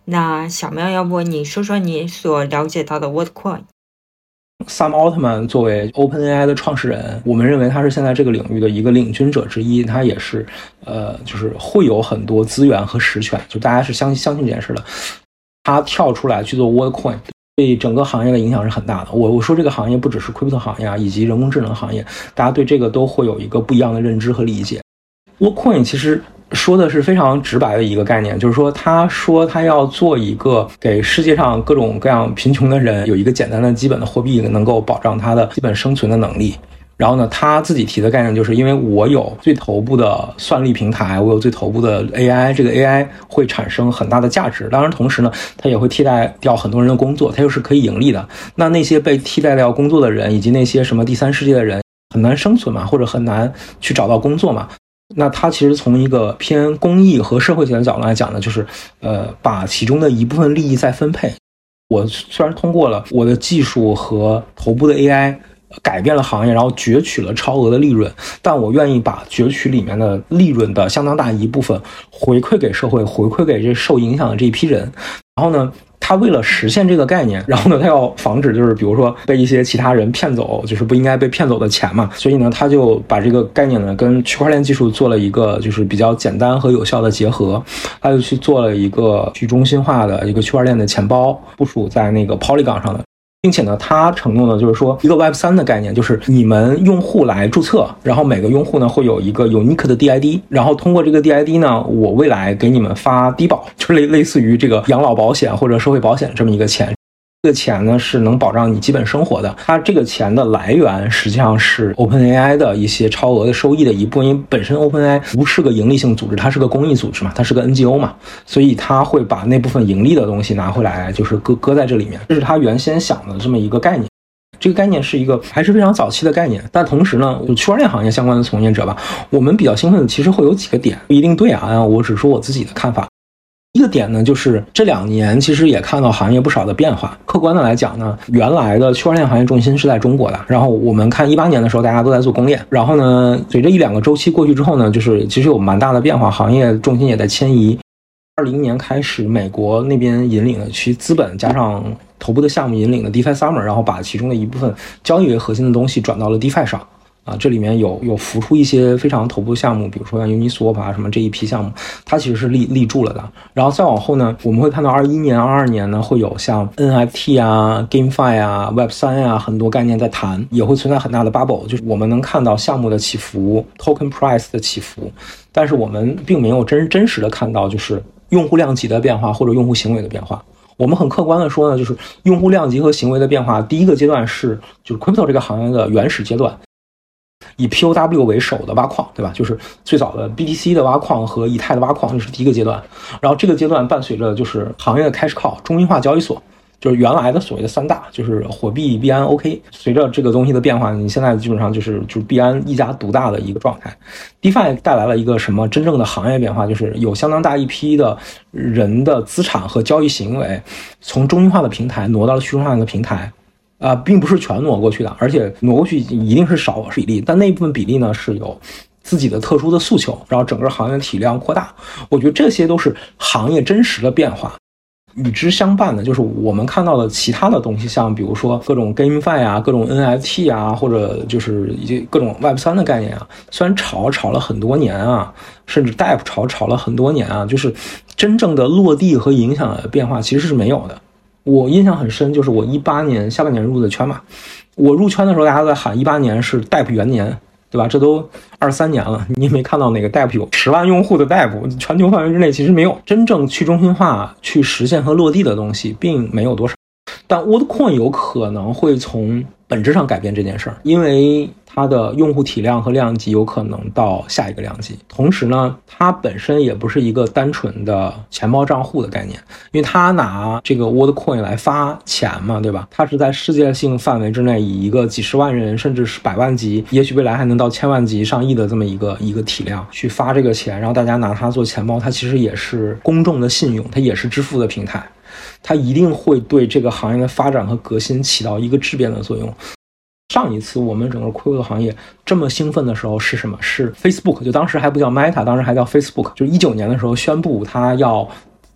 那小喵，要不你说说你所了解到的 WorldCoin？Sam Altman 作为 OpenAI 的创始人，我们认为他是现在这个领域的一个领军者之一，他也是呃，就是会有很多资源和实权，就大家是相相信这件事的。他跳出来去做 WorldCoin， 对整个行业的影响是很大的。我我说这个行业不只是 crypto 行业啊，以及人工智能行业，大家对这个都会有一个不一样的认知和理解。WorldCoin 其实说的是非常直白的一个概念，就是说他说他要做一个给世界上各种各样贫穷的人有一个简单的基本的货币，能够保障他的基本生存的能力。然后呢，他自己提的概念就是因为我有最头部的算力平台，我有最头部的 A I， 这个 A I 会产生很大的价值，当然同时呢它也会替代掉很多人的工作，它又是可以盈利的。那那些被替代掉工作的人以及那些什么第三世界的人很难生存嘛，或者很难去找到工作嘛，那它其实从一个偏公益和社会学的角度来讲呢，就是呃把其中的一部分利益再分配。我虽然通过了我的技术和头部的 A I改变了行业，然后攫取了超额的利润，但我愿意把攫取里面的利润的相当大一部分回馈给社会，回馈给这受影响的这一批人。然后呢，他为了实现这个概念，然后呢，他要防止就是比如说被一些其他人骗走，就是不应该被骗走的钱嘛，所以呢，他就把这个概念呢跟区块链技术做了一个就是比较简单和有效的结合，他就去做了一个去中心化的一个区块链的钱包，部署在那个 Polygon 上的。并且呢，他承诺的就是说一个 Web 三 的概念，就是你们用户来注册，然后每个用户呢会有一个 unique 的 D I D， 然后通过这个 D I D 呢，我未来给你们发低保，就类类似于这个养老保险或者社会保险这么一个钱。这个钱呢是能保障你基本生活的，它这个钱的来源实际上是 OpenAI 的一些超额的收益的一部分，因为本身 OpenAI 不是个盈利性组织，它是个公益组织嘛，它是个 N G O 嘛，所以它会把那部分盈利的东西拿回来，就是搁搁在这里面，这是他原先想的这么一个概念。这个概念是一个还是非常早期的概念，但同时呢，就区块链行业相关的从业者吧，我们比较兴奋的其实会有几个点，不一定对啊，我只说我自己的看法。一个点呢，就是这两年其实也看到行业不少的变化。客观的来讲呢，原来的区块链行业重心是在中国的，然后我们看一八年的时候大家都在做公链，然后呢，随着一两个周期过去之后呢，就是其实有蛮大的变化，行业重心也在迁移。二零年开始，美国那边引领的去资本加上头部的项目引领的 DeFi Summer， 然后把其中的一部分交易为核心的东西转到了 DeFi 上。啊，这里面有有浮出一些非常头部项目，比如说像 Uniswap 啊什么这一批项目，它其实是立立住了的。然后再往后呢，我们会看到二一年、二二年呢，会有像 N F T 啊、GameFi 啊、Web 三 啊很多概念在谈，也会存在很大的 bubble， 就是我们能看到项目的起伏、token price 的起伏，但是我们并没有真真实的看到就是用户量级的变化或者用户行为的变化。我们很客观的说呢，就是用户量级和行为的变化，第一个阶段是就是 crypto 这个行业的原始阶段。以 P O W 为首的挖矿，对吧？就是最早的 B T C 的挖矿和以太的挖矿，这是第一个阶段。然后这个阶段伴随着就是行业的 cash cow 中心化交易所，就是原来的所谓的三大，就是火币、币安、O K。随着这个东西的变化，你现在基本上就是就是币安一家独大的一个状态。DeFi 带来了一个什么真正的行业变化？就是有相当大一批的人的资产和交易行为从中心化的平台挪到了去中心化的平台。啊、呃，并不是全挪过去的，而且挪过去一定是少比例，但那一部分比例呢是有自己的特殊的诉求，然后整个行业体量扩大。我觉得这些都是行业真实的变化。与之相伴的就是我们看到的其他的东西，像比如说各种 GameFi 啊、各种 N F T 啊，或者就是一些各种 Web 三 的概念啊，虽然炒炒了很多年啊，甚至 D App 炒炒了很多年啊，就是真正的落地和影响的变化其实是没有的。我印象很深，就是我一八年下半年入的圈嘛，我入圈的时候大家都在喊一八年是 D App 元年，对吧？这都二三年了，你也没看到哪个 D App 有十万用户的 D App， 全球范围之内其实没有真正去中心化去实现和落地的东西，并没有多少。但 WorldCoin 有可能会从本质上改变这件事儿，因为它的用户体量和量级有可能到下一个量级。同时呢，它本身也不是一个单纯的钱包账户的概念，因为它拿这个 WorldCoin 来发钱嘛，对吧？它是在世界性范围之内，以一个几十万人甚至是百万级，也许未来还能到千万级、上亿的这么一个一个体量去发这个钱，然后大家拿它做钱包，它其实也是公众的信用，它也是支付的平台。它一定会对这个行业的发展和革新起到一个质变的作用。上一次我们整个 crypto 行业这么兴奋的时候是什么？是 Facebook， 就当时还不叫 Meta， 当时还叫 Facebook， 就一九年的时候宣布它要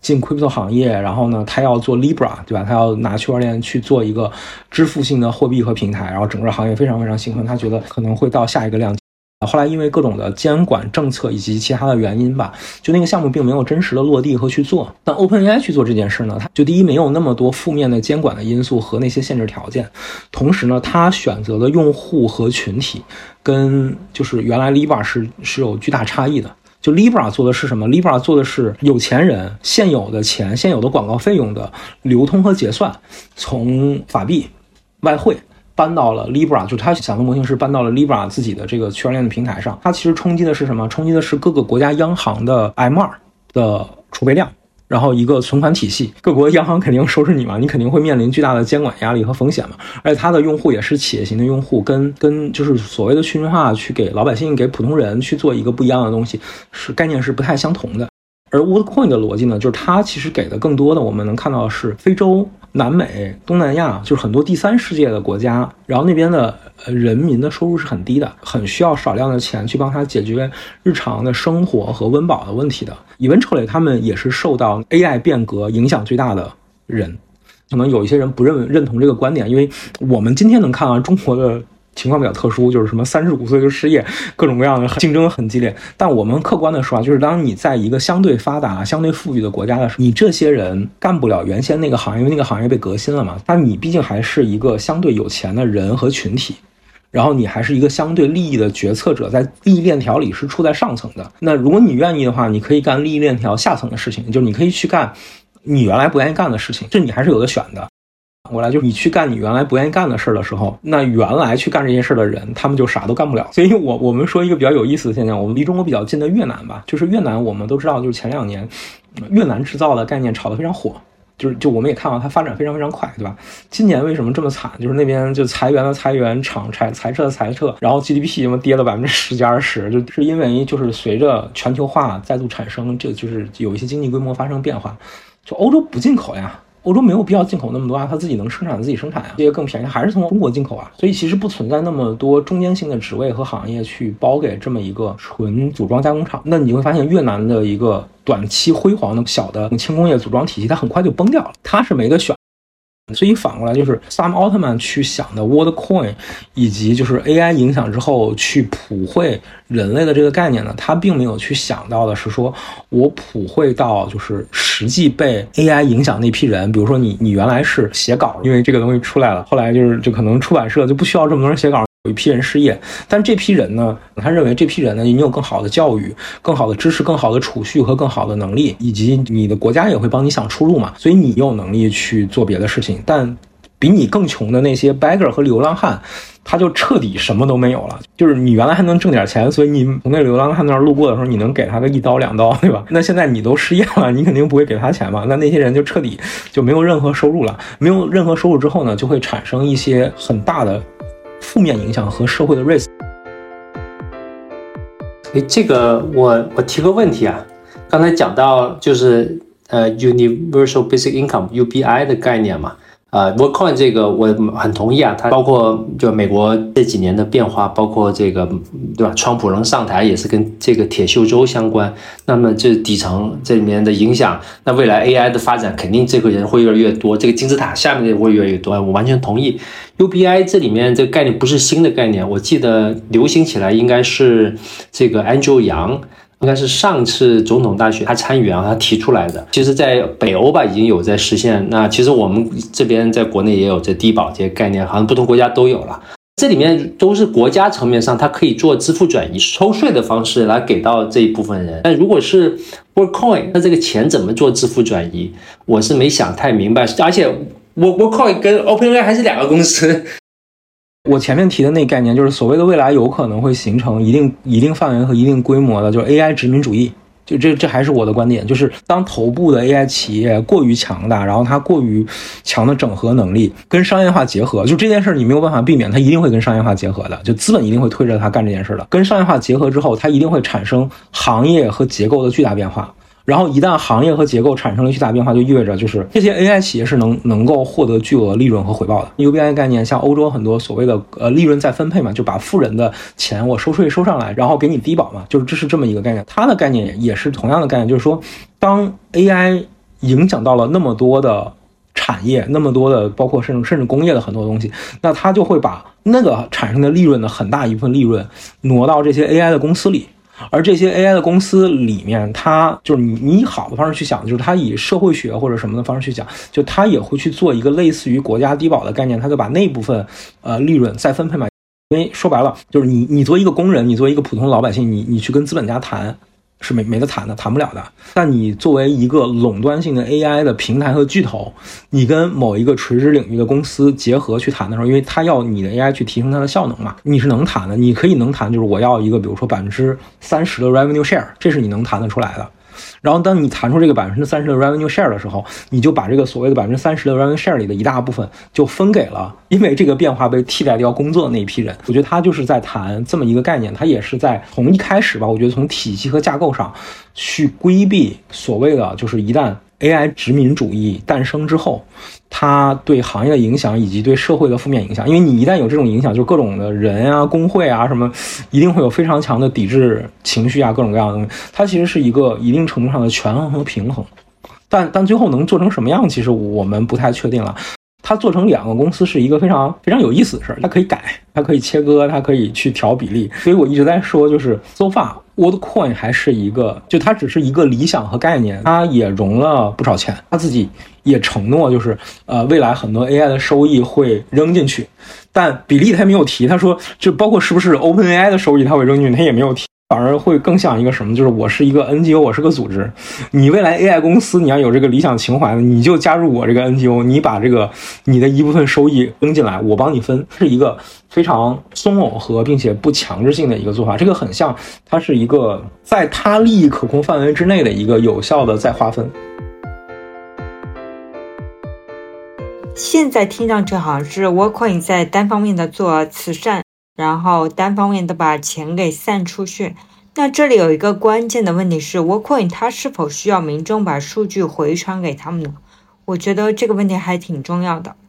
进 crypto 行业，然后呢，他要做 Libra， 对吧？他要拿区块链去做一个支付性的货币和平台，然后整个行业非常非常兴奋，他觉得可能会到下一个量级。后来因为各种的监管政策以及其他的原因吧，就那个项目并没有真实的落地和去做。但 OpenAI 去做这件事呢，它就第一没有那么多负面的监管的因素和那些限制条件，同时呢，它选择的用户和群体跟就是原来 Libra 是是有巨大差异的。就 Libra 做的是什么 ？Libra 做的是有钱人现有的钱、现有的广告费用的流通和结算，从法币、外汇搬到了 Libra， 就是他想的模型是搬到了 Libra 自己的这个区块链的平台上。它其实冲击的是什么？冲击的是各个国家央行的 M 二 的储备量，然后一个存款体系。各国央行肯定收拾你嘛，你肯定会面临巨大的监管压力和风险嘛。而且它的用户也是企业型的用户，跟跟就是所谓的去中心化去给老百姓、给普通人去做一个不一样的东西，是概念是不太相同的。而 WorldCoin 的逻辑呢，就是它其实给的更多的，我们能看到的是非洲、南美、东南亚，就是很多第三世界的国家，然后那边的人民的收入是很低的，很需要少量的钱去帮他解决日常的生活和温饱的问题的。Eventually 他们也是受到 A I 变革影响最大的人。可能有一些人不认认同这个观点，因为我们今天能看到中国的情况比较特殊，就是什么三十五岁就失业，各种各样的竞争很激烈。但我们客观的说啊，就是当你在一个相对发达、相对富裕的国家的时候，你这些人干不了原先那个行业，因为那个行业被革新了嘛。但你毕竟还是一个相对有钱的人和群体，然后你还是一个相对利益的决策者，在利益链条里是处在上层的。那如果你愿意的话，你可以干利益链条下层的事情，就是你可以去干你原来不愿意干的事情，这你还是有的选的。过来就是你去干你原来不愿意干的事的时候，那原来去干这些事的人，他们就啥都干不了。所以我我们说一个比较有意思的现象，我们离中国比较近的越南吧，就是越南我们都知道，就是前两年越南制造的概念炒得非常火，就是就我们也看到它发展非常非常快，对吧？今年为什么这么惨？就是那边就裁员的裁员，厂裁裁撤的裁撤，然后 G D P 什么跌了百分之十几二十，就是因为就是随着全球化再度产生，这就是有一些经济规模发生变化。就欧洲不进口呀。欧洲没有必要进口那么多啊，它自己能生产自己生产啊，这些更便宜，还是从中国进口啊。所以其实不存在那么多中间性的职位和行业去包给这么一个纯组装加工厂。那你会发现越南的一个短期辉煌的小的轻工业组装体系，它很快就崩掉了，它是没得选。所以反过来就是 Sam Altman 去想的 WorldCoin 以及就是 A I 影响之后去普惠人类的这个概念呢，他并没有去想到的是说我普惠到就是实际被 A I 影响那批人，比如说你你原来是写稿，因为这个东西出来了，后来就是就可能出版社就不需要这么多人写稿，有一批人失业，但这批人呢，他认为这批人呢，你有更好的教育、更好的知识、更好的储蓄和更好的能力，以及你的国家也会帮你想出路嘛，所以你有能力去做别的事情。但比你更穷的那些 beggar 和流浪汉，他就彻底什么都没有了。就是你原来还能挣点钱，所以你从那流浪汉那儿路过的时候，你能给他个一刀两刀，对吧？那现在你都失业了，你肯定不会给他钱嘛。那那些人就彻底就没有任何收入了。没有任何收入之后呢，就会产生一些很大的负面影响和社会的 risk。 诶，这个我我提个问题啊，刚才讲到就是呃 Universal Basic Income U B I 的概念嘛，呃 WorldCoin 这个我很同意啊，它包括就美国这几年的变化，包括这个对吧，川普能上台也是跟这个铁锈州相关，那么这底层这里面的影响，那未来 A I 的发展肯定这个人会越来越多，这个金字塔下面的会越来越多，我完全同意。U B I 这里面这个概念不是新的概念，我记得流行起来应该是这个 Andrew Yang，应该是上次总统大选他参与啊，他提出来的。其实在北欧吧已经有在实现，那其实我们这边在国内也有这低保这些概念，好像不同国家都有了。这里面都是国家层面上它可以做支付转移抽税的方式来给到这一部分人，但如果是 WorldCoin 那这个钱怎么做支付转移，我是没想太明白。而且 WorldCoin 跟 OpenAI 还是两个公司。 我前面提的那概念就是所谓的未来有可能会形成一定一定范围和一定规模的，就是 A I 殖民主义。就这这还是我的观点，就是当头部的 A I 企业过于强大，然后它过于强的整合能力跟商业化结合，就这件事你没有办法避免，它一定会跟商业化结合的，就资本一定会推着它干这件事的。跟商业化结合之后，它一定会产生行业和结构的巨大变化。然后一旦行业和结构产生了巨大变化，就意味着就是这些 A I 企业是能能够获得巨额利润和回报的。U B I 概念像欧洲很多所谓的呃利润再分配嘛，就把富人的钱我收税收上来，然后给你低保嘛，就是这是这么一个概念。它的概念也是同样的概念，就是说当 A I 影响到了那么多的产业，那么多的包括甚至甚至工业的很多东西，那它就会把那个产生的利润的很大一部分利润挪到这些 A I 的公司里。而这些 A I 的公司里面，它就是你你以好的方式去想，就是它以社会学或者什么的方式去讲，就它也会去做一个类似于国家低保的概念，它就把那部分呃利润再分配嘛。因为说白了，就是你你作为一个工人，你作为一个普通老百姓，你你去跟资本家谈是没没得谈的，谈不了的。但你作为一个垄断性的 A I 的平台和巨头，你跟某一个垂直领域的公司结合去谈的时候，因为它要你的 A I 去提升它的效能嘛，你是能谈的。你可以能谈，就是我要一个比如说百分之三十的 revenue share， 这是你能谈得出来的。然后当你谈出这个百分之三十的 revenue share 的时候，你就把这个所谓的百分之三十的 revenue share 里的一大部分就分给了因为这个变化被替代掉工作的那一批人。我觉得他就是在谈这么一个概念，他也是在从一开始吧，我觉得从体系和架构上去规避所谓的就是一旦 A I 殖民主义诞生之后，它对行业的影响以及对社会的负面影响。因为你一旦有这种影响，就各种的人啊、工会啊什么，一定会有非常强的抵制情绪啊，各种各样的东西。它其实是一个一定程度上的权衡和平衡，但但最后能做成什么样，其实我们不太确定了。它做成两个公司是一个非常非常有意思的事儿，它可以改，它可以切割，它可以去调比例。所以我一直在说，就是 so far WorldCoin 还是一个，就它只是一个理想和概念，它也融了不少钱，它自己也承诺就是呃未来很多 A I 的收益会扔进去，但比例它没有提。他说就包括是不是 OpenAI 的收益它会扔进去，它也没有提。反而会更像一个什么，就是我是一个 N G O， 我是个组织，你未来 A I 公司你要有这个理想情怀，你就加入我这个 N G O， 你把这个你的一部分收益扔进来，我帮你分，是一个非常松耦合并且不强制性的一个做法。这个很像，它是一个在它利益可控范围之内的一个有效的再划分。 现在听上去好像是 WorldCoin 在单方面的做慈善，然后单方面的把钱给散出去。那这里有一个关键的问题是 WorldCoin 它是否需要民众把数据回传给他们呢？我觉得这个问题还挺重要的。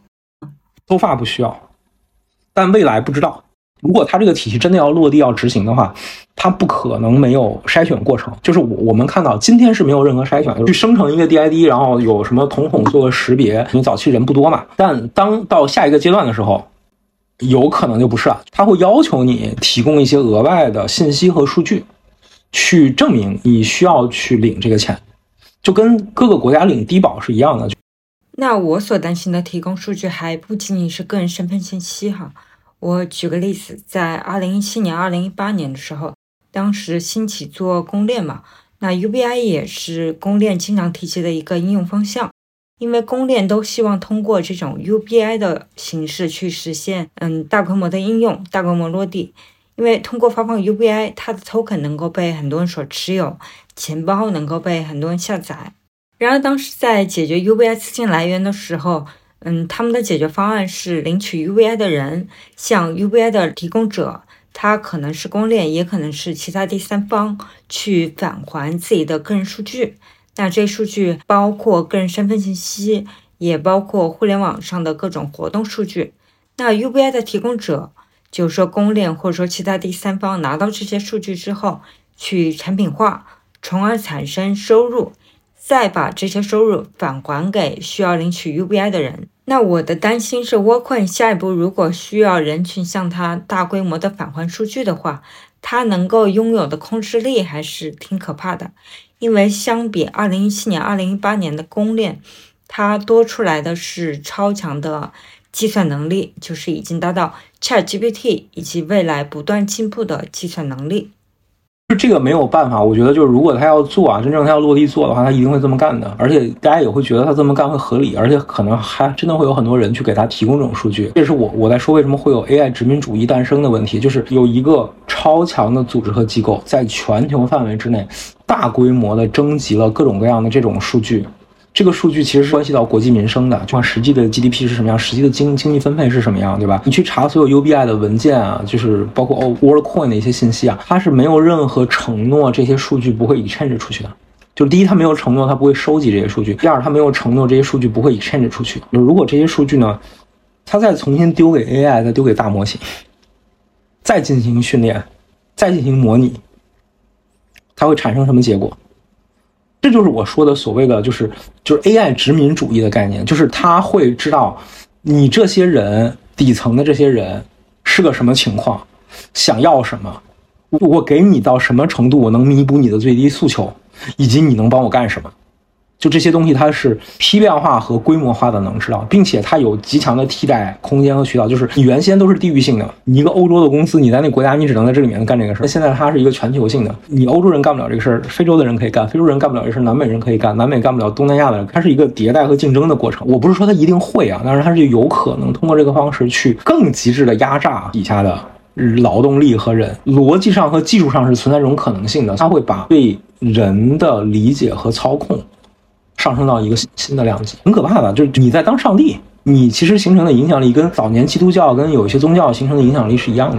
so far 不需要，但未来不知道。如果它这个体系真的要落地要执行的话，它不可能没有筛选过程。就是我我们看到今天是没有任何筛选，去生成一个 D I D， 然后有什么瞳孔做个识别，因为早期人不多嘛。但当到下一个阶段的时候，有可能就不是了，他会要求你提供一些额外的信息和数据，去证明你需要去领这个钱，就跟各个国家领低保是一样的。 那我所担心的提供数据还不仅仅是个人身份信息哈。我举个例子，在二零一七年、二零一八年的时候，当时兴起做公链嘛，那 U B I 也是公链经常提及的一个应用方向。因为公链都希望通过这种 U B I 的形式去实现嗯大规模的应用、大规模落地。因为通过发放 U B I， 它的 token 能够被很多人所持有，钱包能够被很多人下载。然而当时在解决 U B I 资金来源的时候，嗯，他们的解决方案是领取 U B I 的人向 U B I 的提供者，他可能是公链，也可能是其他第三方，去返还自己的个人数据。那这些数据包括个人身份信息，也包括互联网上的各种活动数据。那 U B I 的提供者，就是说公链或者说其他第三方拿到这些数据之后，去产品化，从而产生收入，再把这些收入返还给需要领取 U B I 的人。那我的担心是 WorldCoin 下一步如果需要人群向它大规模的返还数据的话，它能够拥有的控制力还是挺可怕的。因为相比二零一七年、二零一八年的公链，它多出来的是超强的计算能力，就是已经达到 ChatGPT 以及未来不断进步的计算能力。 就这个没有办法，我觉得就是如果他要做啊，真正他要落地做的话，他一定会这么干的，而且大家也会觉得他这么干会合理，而且可能还真的会有很多人去给他提供这种数据。这是我我在说为什么会有 A I 殖民主义诞生的问题，就是有一个超强的组织和机构在全球范围之内大规模的征集了各种各样的这种数据。这个数据其实是关系到国计民生的，就像实际的 G D P 是什么样，实际的经经济分配是什么样，对吧？你去查所有 U B I 的文件啊，就是包括 WorldCoin 的一些信息啊，它是没有任何承诺这些数据不会 exchange 出去的。就第一，它没有承诺它不会收集这些数据；第二，它没有承诺这些数据不会 exchange 出去。如果这些数据呢，它再重新丢给 A I， 再丢给大模型，再进行训练，再进行模拟，它会产生什么结果？ 这就是我说的所谓的就是就是 A I 殖民主义的概念，就是他会知道你这些人底层的这些人是个什么情况，想要什么，我给你到什么程度，我能弥补你的最低诉求，以及你能帮我干什么。就这些东西它是批量化和规模化的能知道，并且它有极强的替代空间和渠道。就是你原先都是地域性的，你一个欧洲的公司，你在那个国家你只能在这里面干这个事儿。现在它是一个全球性的，你欧洲人干不了这个事儿，非洲的人可以干，非洲人干不了这事儿，南美人可以干，南美干不了，东南亚的人。它是一个迭代和竞争的过程。我不是说它一定会啊，但是它是有可能通过这个方式去更极致的压榨底下的劳动力和人，逻辑上和技术上是存在这种可能性的。它会把对人的理解和操控上升到一个新的量级，很可怕的。就是你在当上帝，你其实形成的影响力跟早年基督教跟有一些宗教形成的影响力是一样的。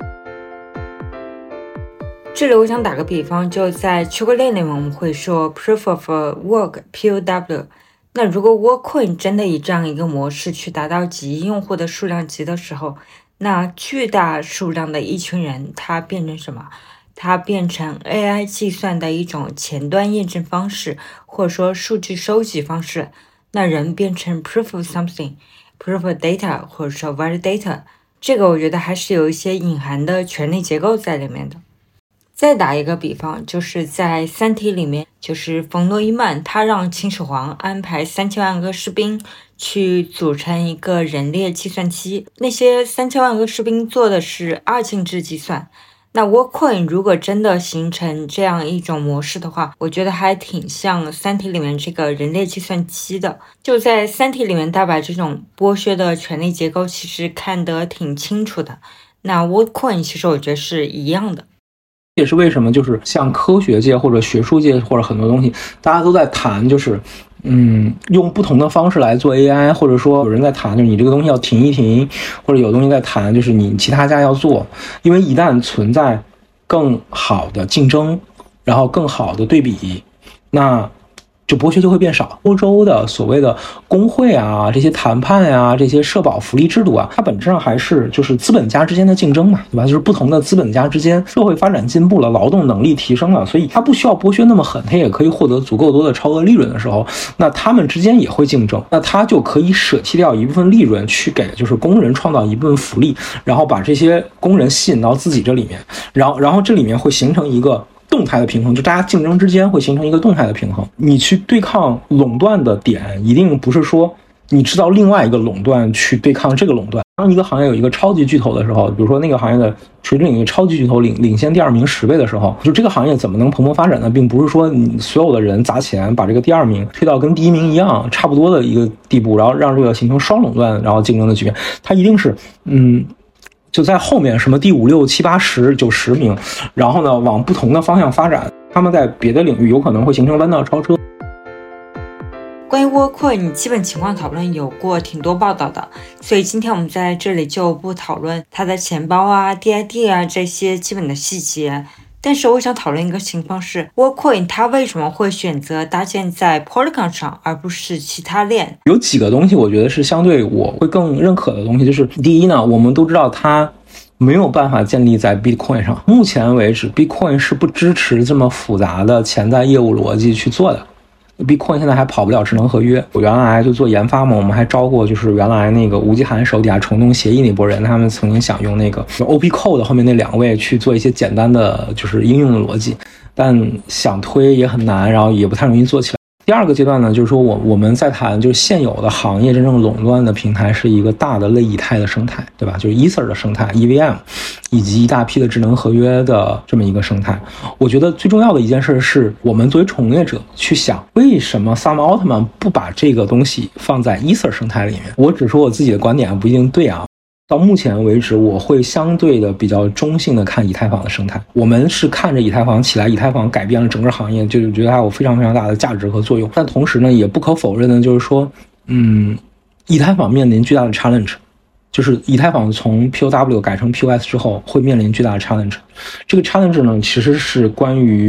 这里我想打个比方，就在区块链里面我们会说 Proof of Work P O W。 那如果 Workcoin 真的以这样一个模式去达到几亿用户的数量级的时候，那巨大数量的一群人它变成什么？它变成 A I 计算的一种前端验证方式，或者说数据收集方式。那人变成 proof of something, proof of data, 或者说 validator。 这个我觉得还是有一些隐含的权力结构在里面的。再打一个比方，就是在三体里面，就是冯诺依曼他让秦始皇安排三千万个士兵去组成一个人列计算机，那些三千万个士兵做的是二进制计算。那 Workcoin 如果真的形成这样一种模式的话，我觉得还挺像三体里面这个人列计算机的。就在三体里面，大把这种剥削的权力结构其实看得挺清楚的。那 Workcoin 其实我觉得是一样的。 也是为什么就是像科学界或者学术界或者很多东西大家都在谈，就是嗯，用不同的方式来做 A I， 或者说有人在谈就是你这个东西要停一停，或者有东西在谈就是你其他家要做。因为一旦存在更好的竞争，然后更好的对比，那就剥削就会变少。欧洲的所谓的工会啊，这些谈判啊，这些社保福利制度啊，它本质上还是就是资本家之间的竞争嘛，对吧？就是不同的资本家之间，社会发展进步了，劳动能力提升了，所以它不需要剥削那么狠，它也可以获得足够多的超额利润的时候，那他们之间也会竞争，那他就可以舍弃掉一部分利润去给就是工人创造一部分福利，然后把这些工人吸引到自己这里面，然后然后这里面会形成一个动态的平衡，就大家竞争之间会形成一个动态的平衡。你去对抗垄断的点，一定不是说你制造另外一个垄断去对抗这个垄断。当一个行业有一个超级巨头的时候，比如说那个行业的垂直领域超级巨头领领先第二名十倍的时候，就这个行业怎么能蓬勃发展呢？并不是说你所有的人砸钱把这个第二名推到跟第一名一样差不多的一个地步，然后让这个形成双垄断然后竞争的局面。它一定是嗯。就在后面什么第五六七八十九十名，然后呢往不同的方向发展，他们在别的领域有可能会形成弯道超车。 关于 Workcoin 基本情况讨论有过挺多报道的，所以今天我们在这里就不讨论它的钱包啊 D I D 啊这些基本的细节。但是我想讨论一个情况是 Workcoin 它为什么会选择搭建在 Polygon 上而不是其他链。 有几个东西我觉得是相对我会更认可的东西，就是第一呢，我们都知道它没有办法建立在 Bitcoin 上，目前为止 Bitcoin 是不支持这么复杂的潜在业务逻辑去做的。Bitcoin 现在还跑不了智能合约，我原来就做研发嘛，我们还招过就是原来那个吴继涵手底下虫洞协议那波人，他们曾经想用那个 O P Code 后面那两位去做一些简单的就是应用的逻辑，但想推也很难，然后也不太容易做起来。第二个阶段呢，就是说我我们在谈就是现有的行业真正垄断的平台是一个大的类以太的生态，对吧？就是 Ether 的生态 E V M 以及一大批的智能合约的这么一个生态。我觉得最重要的一件事是我们作为从业者去想，为什么 Sam Altman 不把这个东西放在 Ether 生态里面。我只说我自己的观点不一定对啊，到目前为止我会相对的比较中性的看以太坊的生态。我们是看着以太坊起来，以太坊改变了整个行业，就觉得它有非常非常大的价值和作用。但同时呢，也不可否认的就是说嗯，以太坊面临巨大的 challenge， 就是以太坊从 P O W 改成 P O S 之后会面临巨大的 challenge。 这个 challenge 呢其实是关于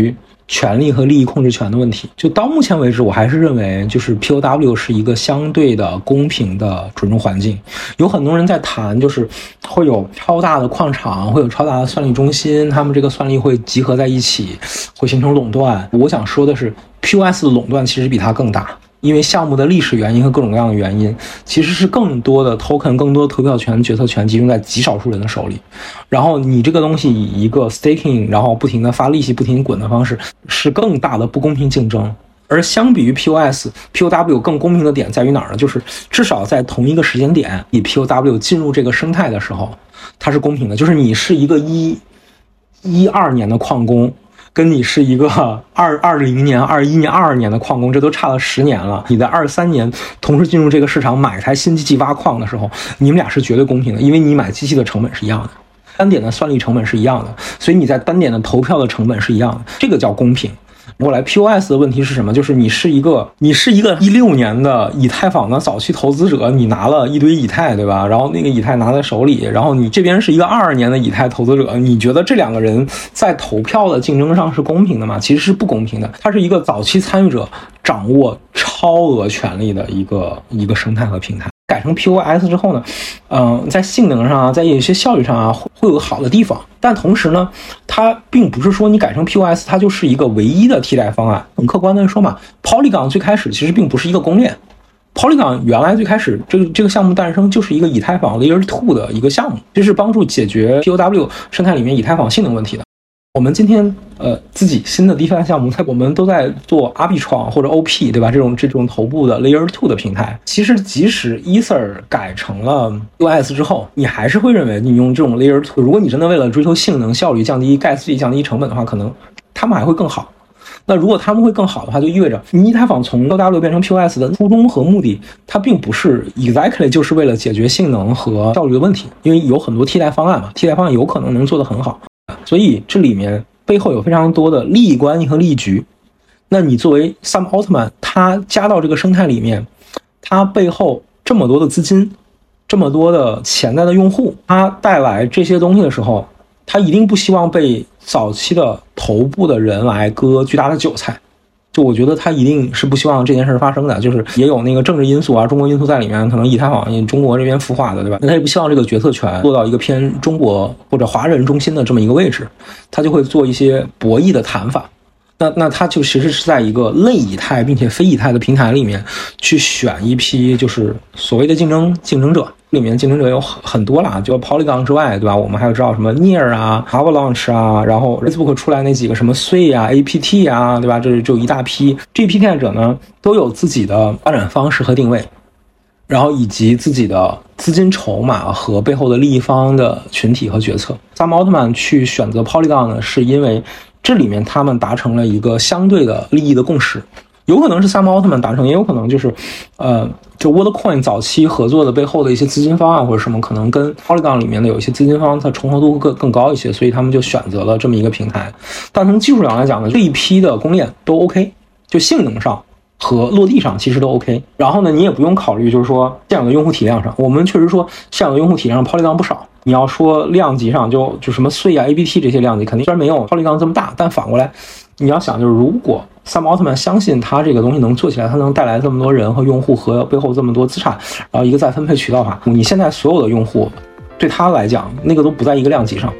权利和利益控制权的问题。就到目前为止，我还是认为就是 P O W 是一个相对的公平的准入环境。有很多人在谈，就是会有超大的矿场，会有超大的算力中心，他们这个算力会集合在一起，会形成垄断。我想说的是 P O S 的垄断其实比它更大，因为项目的历史原因和各种各样的原因，其实是更多的 token 更多的投票权决策权集中在极少数人的手里，然后你这个东西以一个 staking 然后不停的发利息不停滚的方式，是更大的不公平竞争。而相比于 P O S P O W 更公平的点在于哪儿呢？就是至少在同一个时间点，以 P O W 进入这个生态的时候，它是公平的。就是你是一个一一二年的矿工，跟你是一个二二零年、二一年、二二年的矿工，这都差了十年了。你在二三年同时进入这个市场买台新机器挖矿的时候，你们俩是绝对公平的，因为你买机器的成本是一样的，单点的算力成本是一样的，所以你在单点的投票的成本是一样的，这个叫公平。过来 P O S 的问题是什么？就是你是一个你是一个一六年的以太坊的早期投资者，你拿了一堆以太，对吧？然后那个以太拿在手里，然后你这边是一个二二年的以太投资者，你觉得这两个人在投票的竞争上是公平的吗？其实是不公平的。它是一个早期参与者掌握超额权力的一个一个生态和平台。改成 P O S 之后呢，嗯、呃，在性能上啊，在有些效率上啊，会有好的地方。但同时呢，它并不是说你改成 P O S 它就是一个唯一的替代方案。很客观的说嘛 ，Polygon 最开始其实并不是一个公链。Polygon 原来最开始这个这个项目诞生就是一个以太坊 Layer 二 的一个项目，这是帮助解决 P O W 生态里面以太坊性能问题的。我们今天呃自己新的 DeFi 项目，我们都在做 Arbitrum 或者 O P， 对吧？这种这种头部的 Layer 二 的平台，其实即使 Ether 改成了 P O S 之后，你还是会认为你用这种 Layer 二，如果你真的为了追求性能、效率、降低 gas 费、降低成本的话，可能他们还会更好。那如果他们会更好的话，就意味着你以太坊从 P O W 变成 P O S 的初衷和目的，它并不是 exactly 就是为了解决性能和效率的问题，因为有很多替代方案嘛，替代方案有可能能做得很好。所以这里面背后有非常多的利益关系和利益局。那你作为 Sam Altman， 他加到这个生态里面，他背后这么多的资金，这么多的潜在的用户，他带来这些东西的时候，他一定不希望被早期的头部的人来割巨大的韭菜。就我觉得他一定是不希望这件事发生的，就是也有那个政治因素啊、中国因素在里面，可能以太坊中国这边孵化的，对吧？那他也不希望这个决策权落到一个偏中国或者华人中心的这么一个位置，他就会做一些博弈的谈法。那那他就其实是在一个类以太并且非以太的平台里面去选一批就是所谓的竞争竞争者，里面竞争者有很很多啦，就 Polygon 之外，对吧？我们还有知道什么 Near 啊、Avalanche 啊，然后 Facebook 出来那几个什么 Sway 啊、A P T 啊，对吧？这就一大批。这批替代者呢，都有自己的发展方式和定位，然后以及自己的资金筹码和背后的利益方的群体和决策。Sam Altman 去选择 Polygon 呢，是因为这里面他们达成了一个相对的利益的共识，有可能是 Sam Altman 达成，也有可能就是，呃，就 WorldCoin 早期合作的背后的一些资金方案或者什么，可能跟 Polygon 里面的有一些资金方它重合度更更高一些，所以他们就选择了这么一个平台。但从技术上来讲呢，这一批的公链都 OK， 就性能上和落地上其实都 OK。然后呢，你也不用考虑就是说现有的用户体量上，我们确实说现有的用户体量上 Polygon 不少。你要说量级上就就什么Sway啊 A B T 这些量级肯定虽然没有 Polygon 这么大，但反过来你要想就是如果 Sam Altman 相信他这个东西能做起来，他能带来这么多人和用户和背后这么多资产，然后一个再分配渠道法，你现在所有的用户对他来讲那个都不在一个量级上。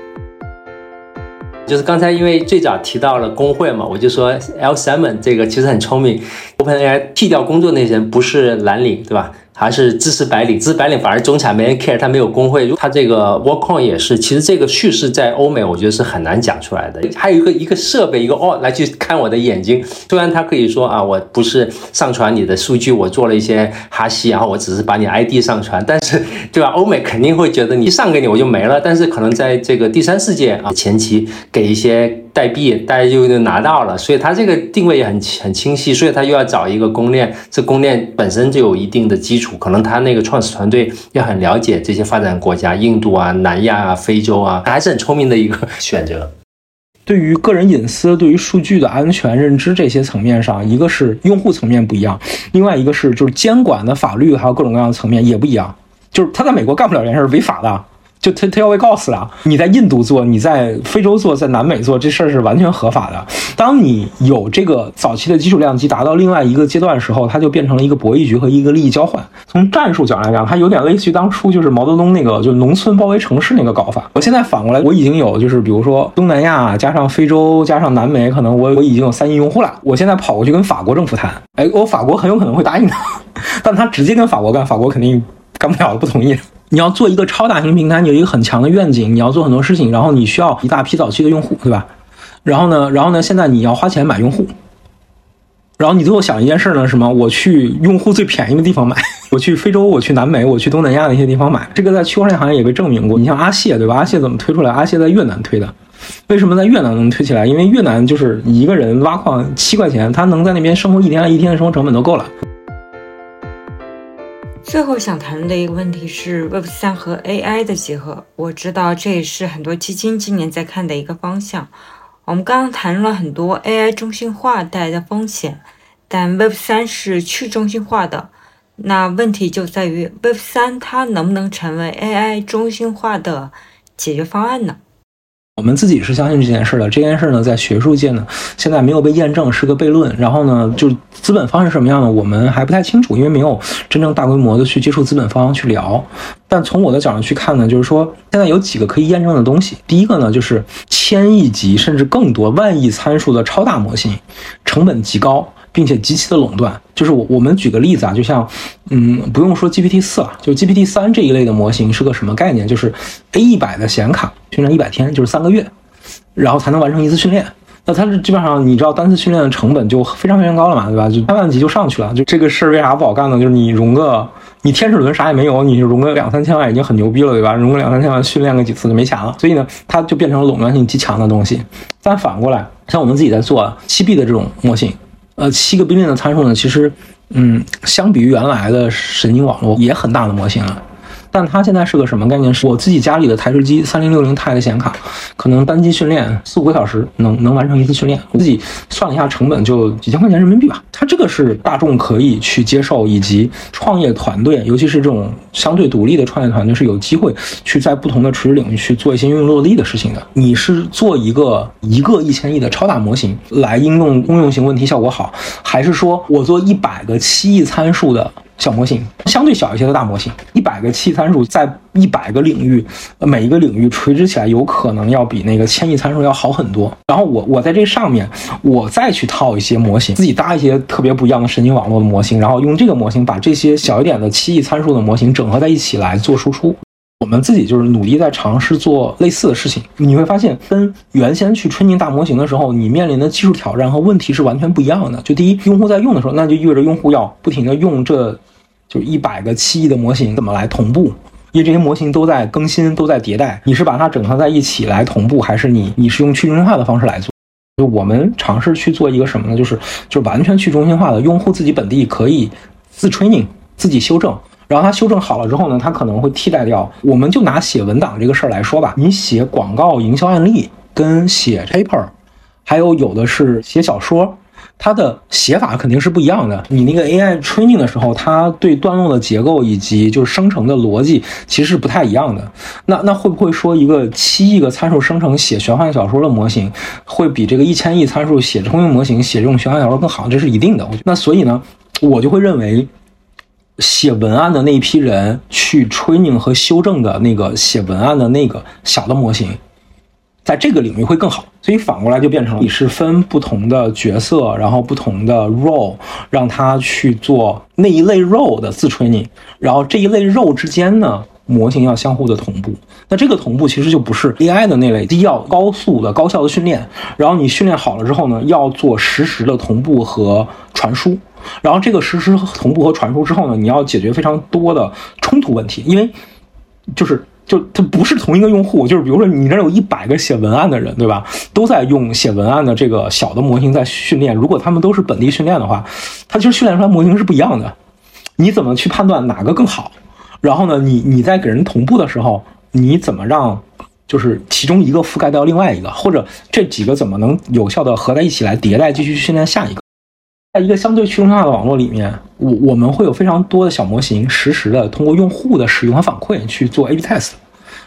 就是刚才因为最早提到了工会嘛，我就说 L Simon 这个其实很聪明 ，OpenAI 替掉工作那些人不是蓝领，对吧？还是知识白领，知识白领反而中产没人 care， 他没有工会。他这个 WorldCoin 也是，其实这个叙事在欧美我觉得是很难讲出来的。还有一个一个设备，一个哦来去看我的眼睛，虽然他可以说啊，我不是上传你的数据，我做了一些哈希，然后我只是把你 I D 上传，但是对吧？欧美肯定会觉得你上给你我就没了，但是可能在这个第三世界啊前期给一些代币，大家就拿到了，所以它这个定位也很很清晰，所以它又要找一个公链，这公链本身就有一定的基础，可能他那个创始团队要很了解这些发展国家，印度啊、南亚啊、非洲啊，还是很聪明的一个选择。 对于个人隐私、对于数据的安全认知这些层面上，一个是用户层面不一样，另外一个是就是监管的法律还有各种各样的层面也不一样。就是他在美国干不了这件事，违法的。 就他他要被告死了。你在印度做，你在非洲做，在南美做，这事儿是完全合法的。当你有这个早期的基础量级达到另外一个阶段的时候，它就变成了一个博弈局和一个利益交换。从战术角度来讲，它有点类似于当初就是毛泽东那个就农村包围城市那个搞法。我现在反过来，我已经有就是比如说东南亚加上非洲加上南美，可能我我已经有三亿用户了。我现在跑过去跟法国政府谈，哎，我法国很有可能会答应的，但他直接跟法国干，法国肯定干不了，不同意。你要做一个超大型平台，你有一个很强的愿景，你要做很多事情，然后你需要一大批早期的用户，对吧？然后呢，然后呢，现在你要花钱买用户，然后你最后想一件事呢，什么？我去用户最便宜的地方买，我去非洲，我去南美，我去东南亚那些地方买。这个在区块链行业也被证明过。你像阿谢，对吧？阿谢怎么推出来？阿谢在越南推的。为什么在越南能推起来？因为越南就是一个人挖矿七块钱，他能在那边生活一天，一天的生活成本都够了。 最后想谈论的一个问题是 Web 三 和 A I 的结合。我知道这也是很多基金今年在看的一个方向。我们刚刚谈论了很多 A I 中心化带来的风险，但 Web 三 是去中心化的，那问题就在于 Web 三 它能不能成为 A I 中心化的解决方案呢？ 我们自己是相信这件事的，这件事呢，在学术界呢，现在没有被验证，是个悖论。然后呢，就资本方是什么样的，我们还不太清楚，因为没有真正大规模的去接触资本方去聊。但从我的角度去看呢，就是说现在有几个可以验证的东西。第一个呢，就是千亿级甚至更多万亿参数的超大模型，成本极高，并且极其的垄断。就是我我们举个例子啊，就像嗯，不用说 G P T 四 了，就 G P T 三 这一类的模型是个什么概念？就是 A 一百 的显卡训练一百天，就是三个月，然后才能完成一次训练。那它是基本上你知道单次训练的成本就非常非常高了嘛，对吧？就三万级就上去了。就这个事儿为啥不好干呢？就是你融个你天使轮啥也没有，你融个两三千万已经很牛逼了，对吧？融个两三千万训练个几次就没钱了。所以呢，它就变成了垄断性极强的东西。但反过来，像我们自己在做七 B 的这种模型，呃，七个 billion 的参数呢，其实嗯，相比于原来的神经网络也很大的模型了。但它现在是个什么概念？是我自己家里的台式机三零六零 钛的显卡，可能单机训练四五个小时能能完成一次训练。我自己算了一下成本，就几千块钱人民币吧。它这个是大众可以去接受，以及创业团队，尤其是这种相对独立的创业团队，是有机会去在不同的垂直领域去做一些应用落地的事情的。你是做一个一个一千亿的超大模型来应用公用型问题效果好，还是说我做一百个七亿参数的小模型，相对小一些的大模型，一百个七亿参数在一百个领域，每一个领域垂直起来有可能要比那个千亿参数要好很多。然后我我在这上面，我再去套一些模型，自己搭一些特别不一样的神经网络的模型，然后用这个模型把这些小一点的七亿参数的模型整合在一起来做输出。我们自己就是努力在尝试做类似的事情。你会发现跟原先去 training 大模型的时候，你面临的技术挑战和问题是完全不一样的。就第一，用户在用的时候，那就意味着用户要不停的用这就一百个七亿的模型怎么来同步，因为这些模型都在更新，都在迭代。你是把它整合在一起来同步，还是你你是用去中心化的方式来做？就我们尝试去做一个什么呢？就是就是完全去中心化的，用户自己本地可以自 training 自己修正。然后它修正好了之后呢，它可能会替代掉。我们就拿写文档这个事儿来说吧，你写广告营销案例跟写 paper， 还有有的是写小说，它的写法肯定是不一样的。你那个 A I training 的时候，它对段落的结构以及就是生成的逻辑其实是不太一样的。那那会不会说一个七亿个参数生成写玄幻小说的模型，会比这个一千亿参数写通用模型写这种玄幻小说更好？这是一定的。那所以呢，我就会认为，写文案的那一批人去 training 和修正的那个写文案的那个小的模型，在这个领域会更好。所以反过来就变成了你是分不同的角色，然后不同的 role， 让他去做那一类 role 的自 training， 然后这一类 role 之间呢，模型要相互的同步。那这个同步其实就不是 A I 的那类，第一要高速的高效的训练，然后你训练好了之后呢，要做实时的同步和传输。然后这个实时同步和传输之后呢，你要解决非常多的冲突问题，因为就是就它不是同一个用户，就是比如说你这有一百个写文案的人，对吧？都在用写文案的这个小的模型在训练，如果他们都是本地训练的话，它其实训练出来模型是不一样的。你怎么去判断哪个更好？然后呢，你你在给人同步的时候，你怎么让就是其中一个覆盖掉另外一个，或者这几个怎么能有效的合在一起来迭代，继续训练下一个？在一个相对去中心化的网络里面，我我们会有非常多的小模型，实时的通过用户的使用和反馈去做 A B test，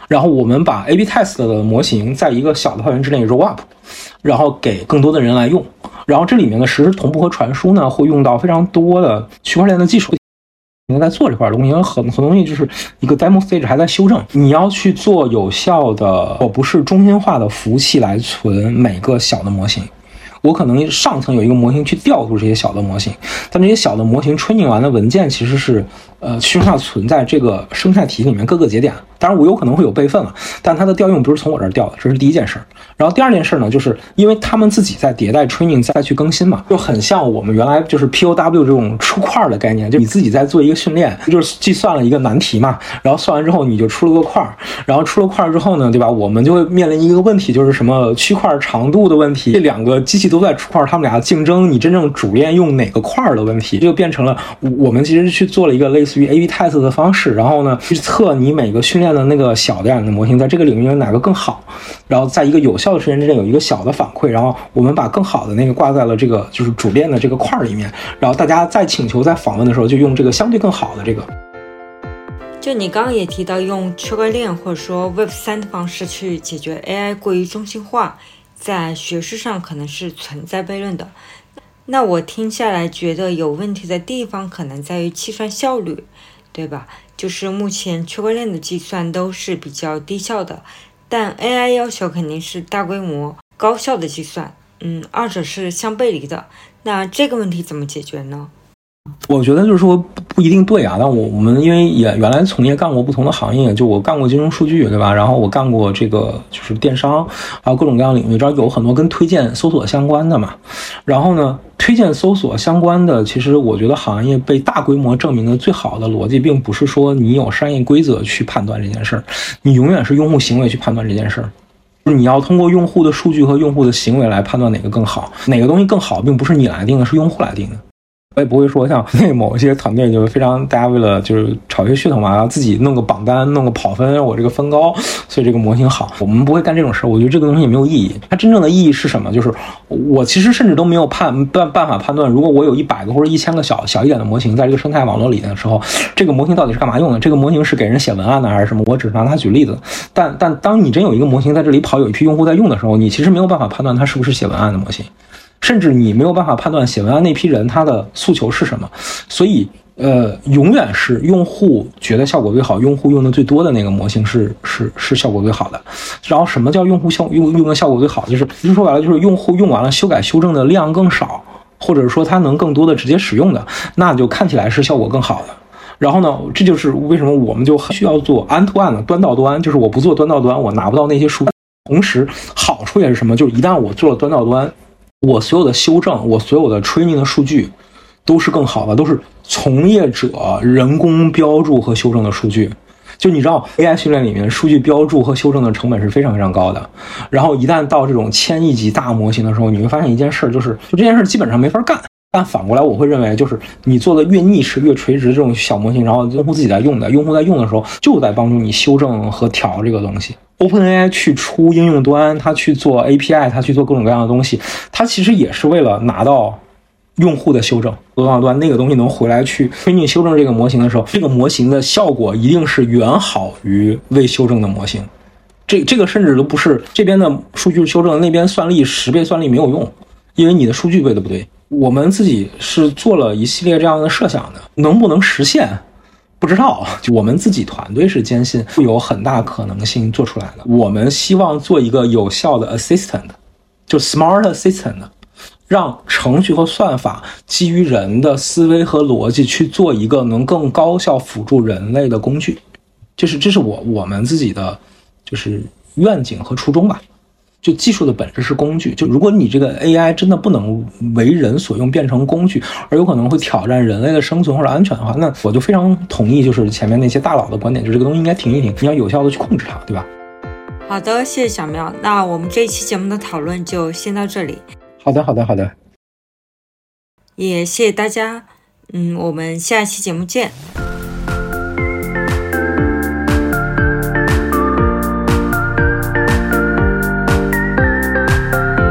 然后我们把 A B test 的模型在一个小的校园之内 roll up， 然后给更多的人来用。然后这里面的实时同步和传输呢，会用到非常多的区块链的技术。你在做这块东西，很很多东西就是一个 demo stage 还在修正。你要去做有效的，我不是中心化的服务器来存每个小的模型。我可能上层有一个模型去调度这些小的模型，但这些小的模型 training 完的文件其实是呃去中心化存在这个生态体系里面各个节点。当然我有可能会有备份了，但它的调用不是从我这儿调的，这是第一件事。然后第二件事呢，就是因为他们自己在迭代 training 再去更新嘛，就很像我们原来就是 P O W 这种出块的概念，就你自己在做一个训练，就是计算了一个难题嘛，然后算完之后你就出了个块，然后出了块之后呢，对吧？我们就会面临一个问题，就是什么区块长度的问题，这两个机器都在出块，他们俩竞争你真正主链用哪个块的问题，就变成了我们其实去做了一个类似于 A B test 的方式，然后呢去测你每个训练的那个小点的模型在这个领域哪个更好，然后在一个有效的时间之内有一个小的反馈，然后我们把更好的那个挂在了这个就是主链的这个块里面，然后大家在请求在访问的时候就用这个相对更好的这个。 就你刚刚也提到用区块链或者说 Web 三 的方式去解决 A I 过于中心化，在学术上可能是存在悖论的。那我听下来觉得有问题的地方可能在于计算效率，对吧？就是目前区块链的计算都是比较低效的，但 A I 要求肯定是大规模高效的计算，嗯，二者是相背离的。那这个问题怎么解决呢？ 我觉得就是说不不一定对啊，但我我们因为也原来从业干过不同的行业，就我干过金融数据，对吧？然后我干过这个就是电商，还有各种各样的领域，这有很多跟推荐搜索相关的嘛。然后呢，推荐搜索相关的，其实我觉得行业被大规模证明的最好的逻辑，并不是说你有商业规则去判断这件事儿，你永远是用户行为去判断这件事儿。你要通过用户的数据和用户的行为来判断哪个更好，哪个东西更好，并不是你来定的，是用户来定的。我也不会说像那某一些团队就是非常大家为了就是炒一些噱头嘛，然后自己弄个榜单弄个跑分，我这个分高，所以这个模型好。我们不会干这种事，我觉得这个东西也没有意义。它真正的意义是什么？就是我其实甚至都没有判办办法判断，如果我有一百个或者一千个小小一点的模型在这个生态网络里的时候，这个模型到底是干嘛用的？这个模型是给人写文案的还是什么？我只是拿它举例子。但但当你真有一个模型在这里跑，有一批用户在用的时候，你其实没有办法判断它是不是写文案的模型。甚至你没有办法判断写文案那批人他的诉求是什么，所以呃，永远是用户觉得效果最好，用户用的最多的那个模型是是是效果最好的。然后什么叫用户效用用的效果最好？就是其实说白了就是用户用完了修改修正的量更少，或者说他能更多的直接使用的，那就看起来是效果更好的。然后呢，这就是为什么我们就需要做 end to end 端到端，就是我不做端到端，我拿不到那些数据。同时好处也是什么？就是一旦我做了端到端，我所有的修正，我所有的 training 的数据都是更好的，都是从业者人工标注和修正的数据。就你知道 A I 训练里面数据标注和修正的成本是非常非常高的，然后一旦到这种千亿级大模型的时候，你会发现一件事，就是就这件事基本上没法干。但反过来我会认为，就是你做的越逆势越垂直这种小模型，然后用户自己在用的，用户在用的时候就在帮助你修正和调这个东西。OpenAI 去出应用端，它去做 A P I， 它去做各种各样的东西，它其实也是为了拿到用户的修正，端到端那个东西能回来去推进修正这个模型的时候，这个模型的效果一定是远好于未修正的模型。这这个甚至都不是这边的数据修正，那边算力十倍算力没有用，因为你的数据对的不对。我们自己是做了一系列这样的设想的，能不能实现不知道，就我们自己团队是坚信会有很大可能性做出来的。我们希望做一个有效的 assistant， 就 smart assistant， 让程序和算法基于人的思维和逻辑去做一个能更高效辅助人类的工具。这是这是我我们自己的就是愿景和初衷吧。就技术的本质是工具，就如果你这个 A I 真的不能为人所用，变成工具，而有可能会挑战人类的生存或者安全的话，那我就非常同意就是前面那些大佬的观点，就是这个东西应该停一停，你要有效的去控制它，对吧？ 好的，谢谢小苗，那我们这一期节目的讨论就先到这里。 好的好的好的， 也谢谢大家，嗯，我们下一期节目见。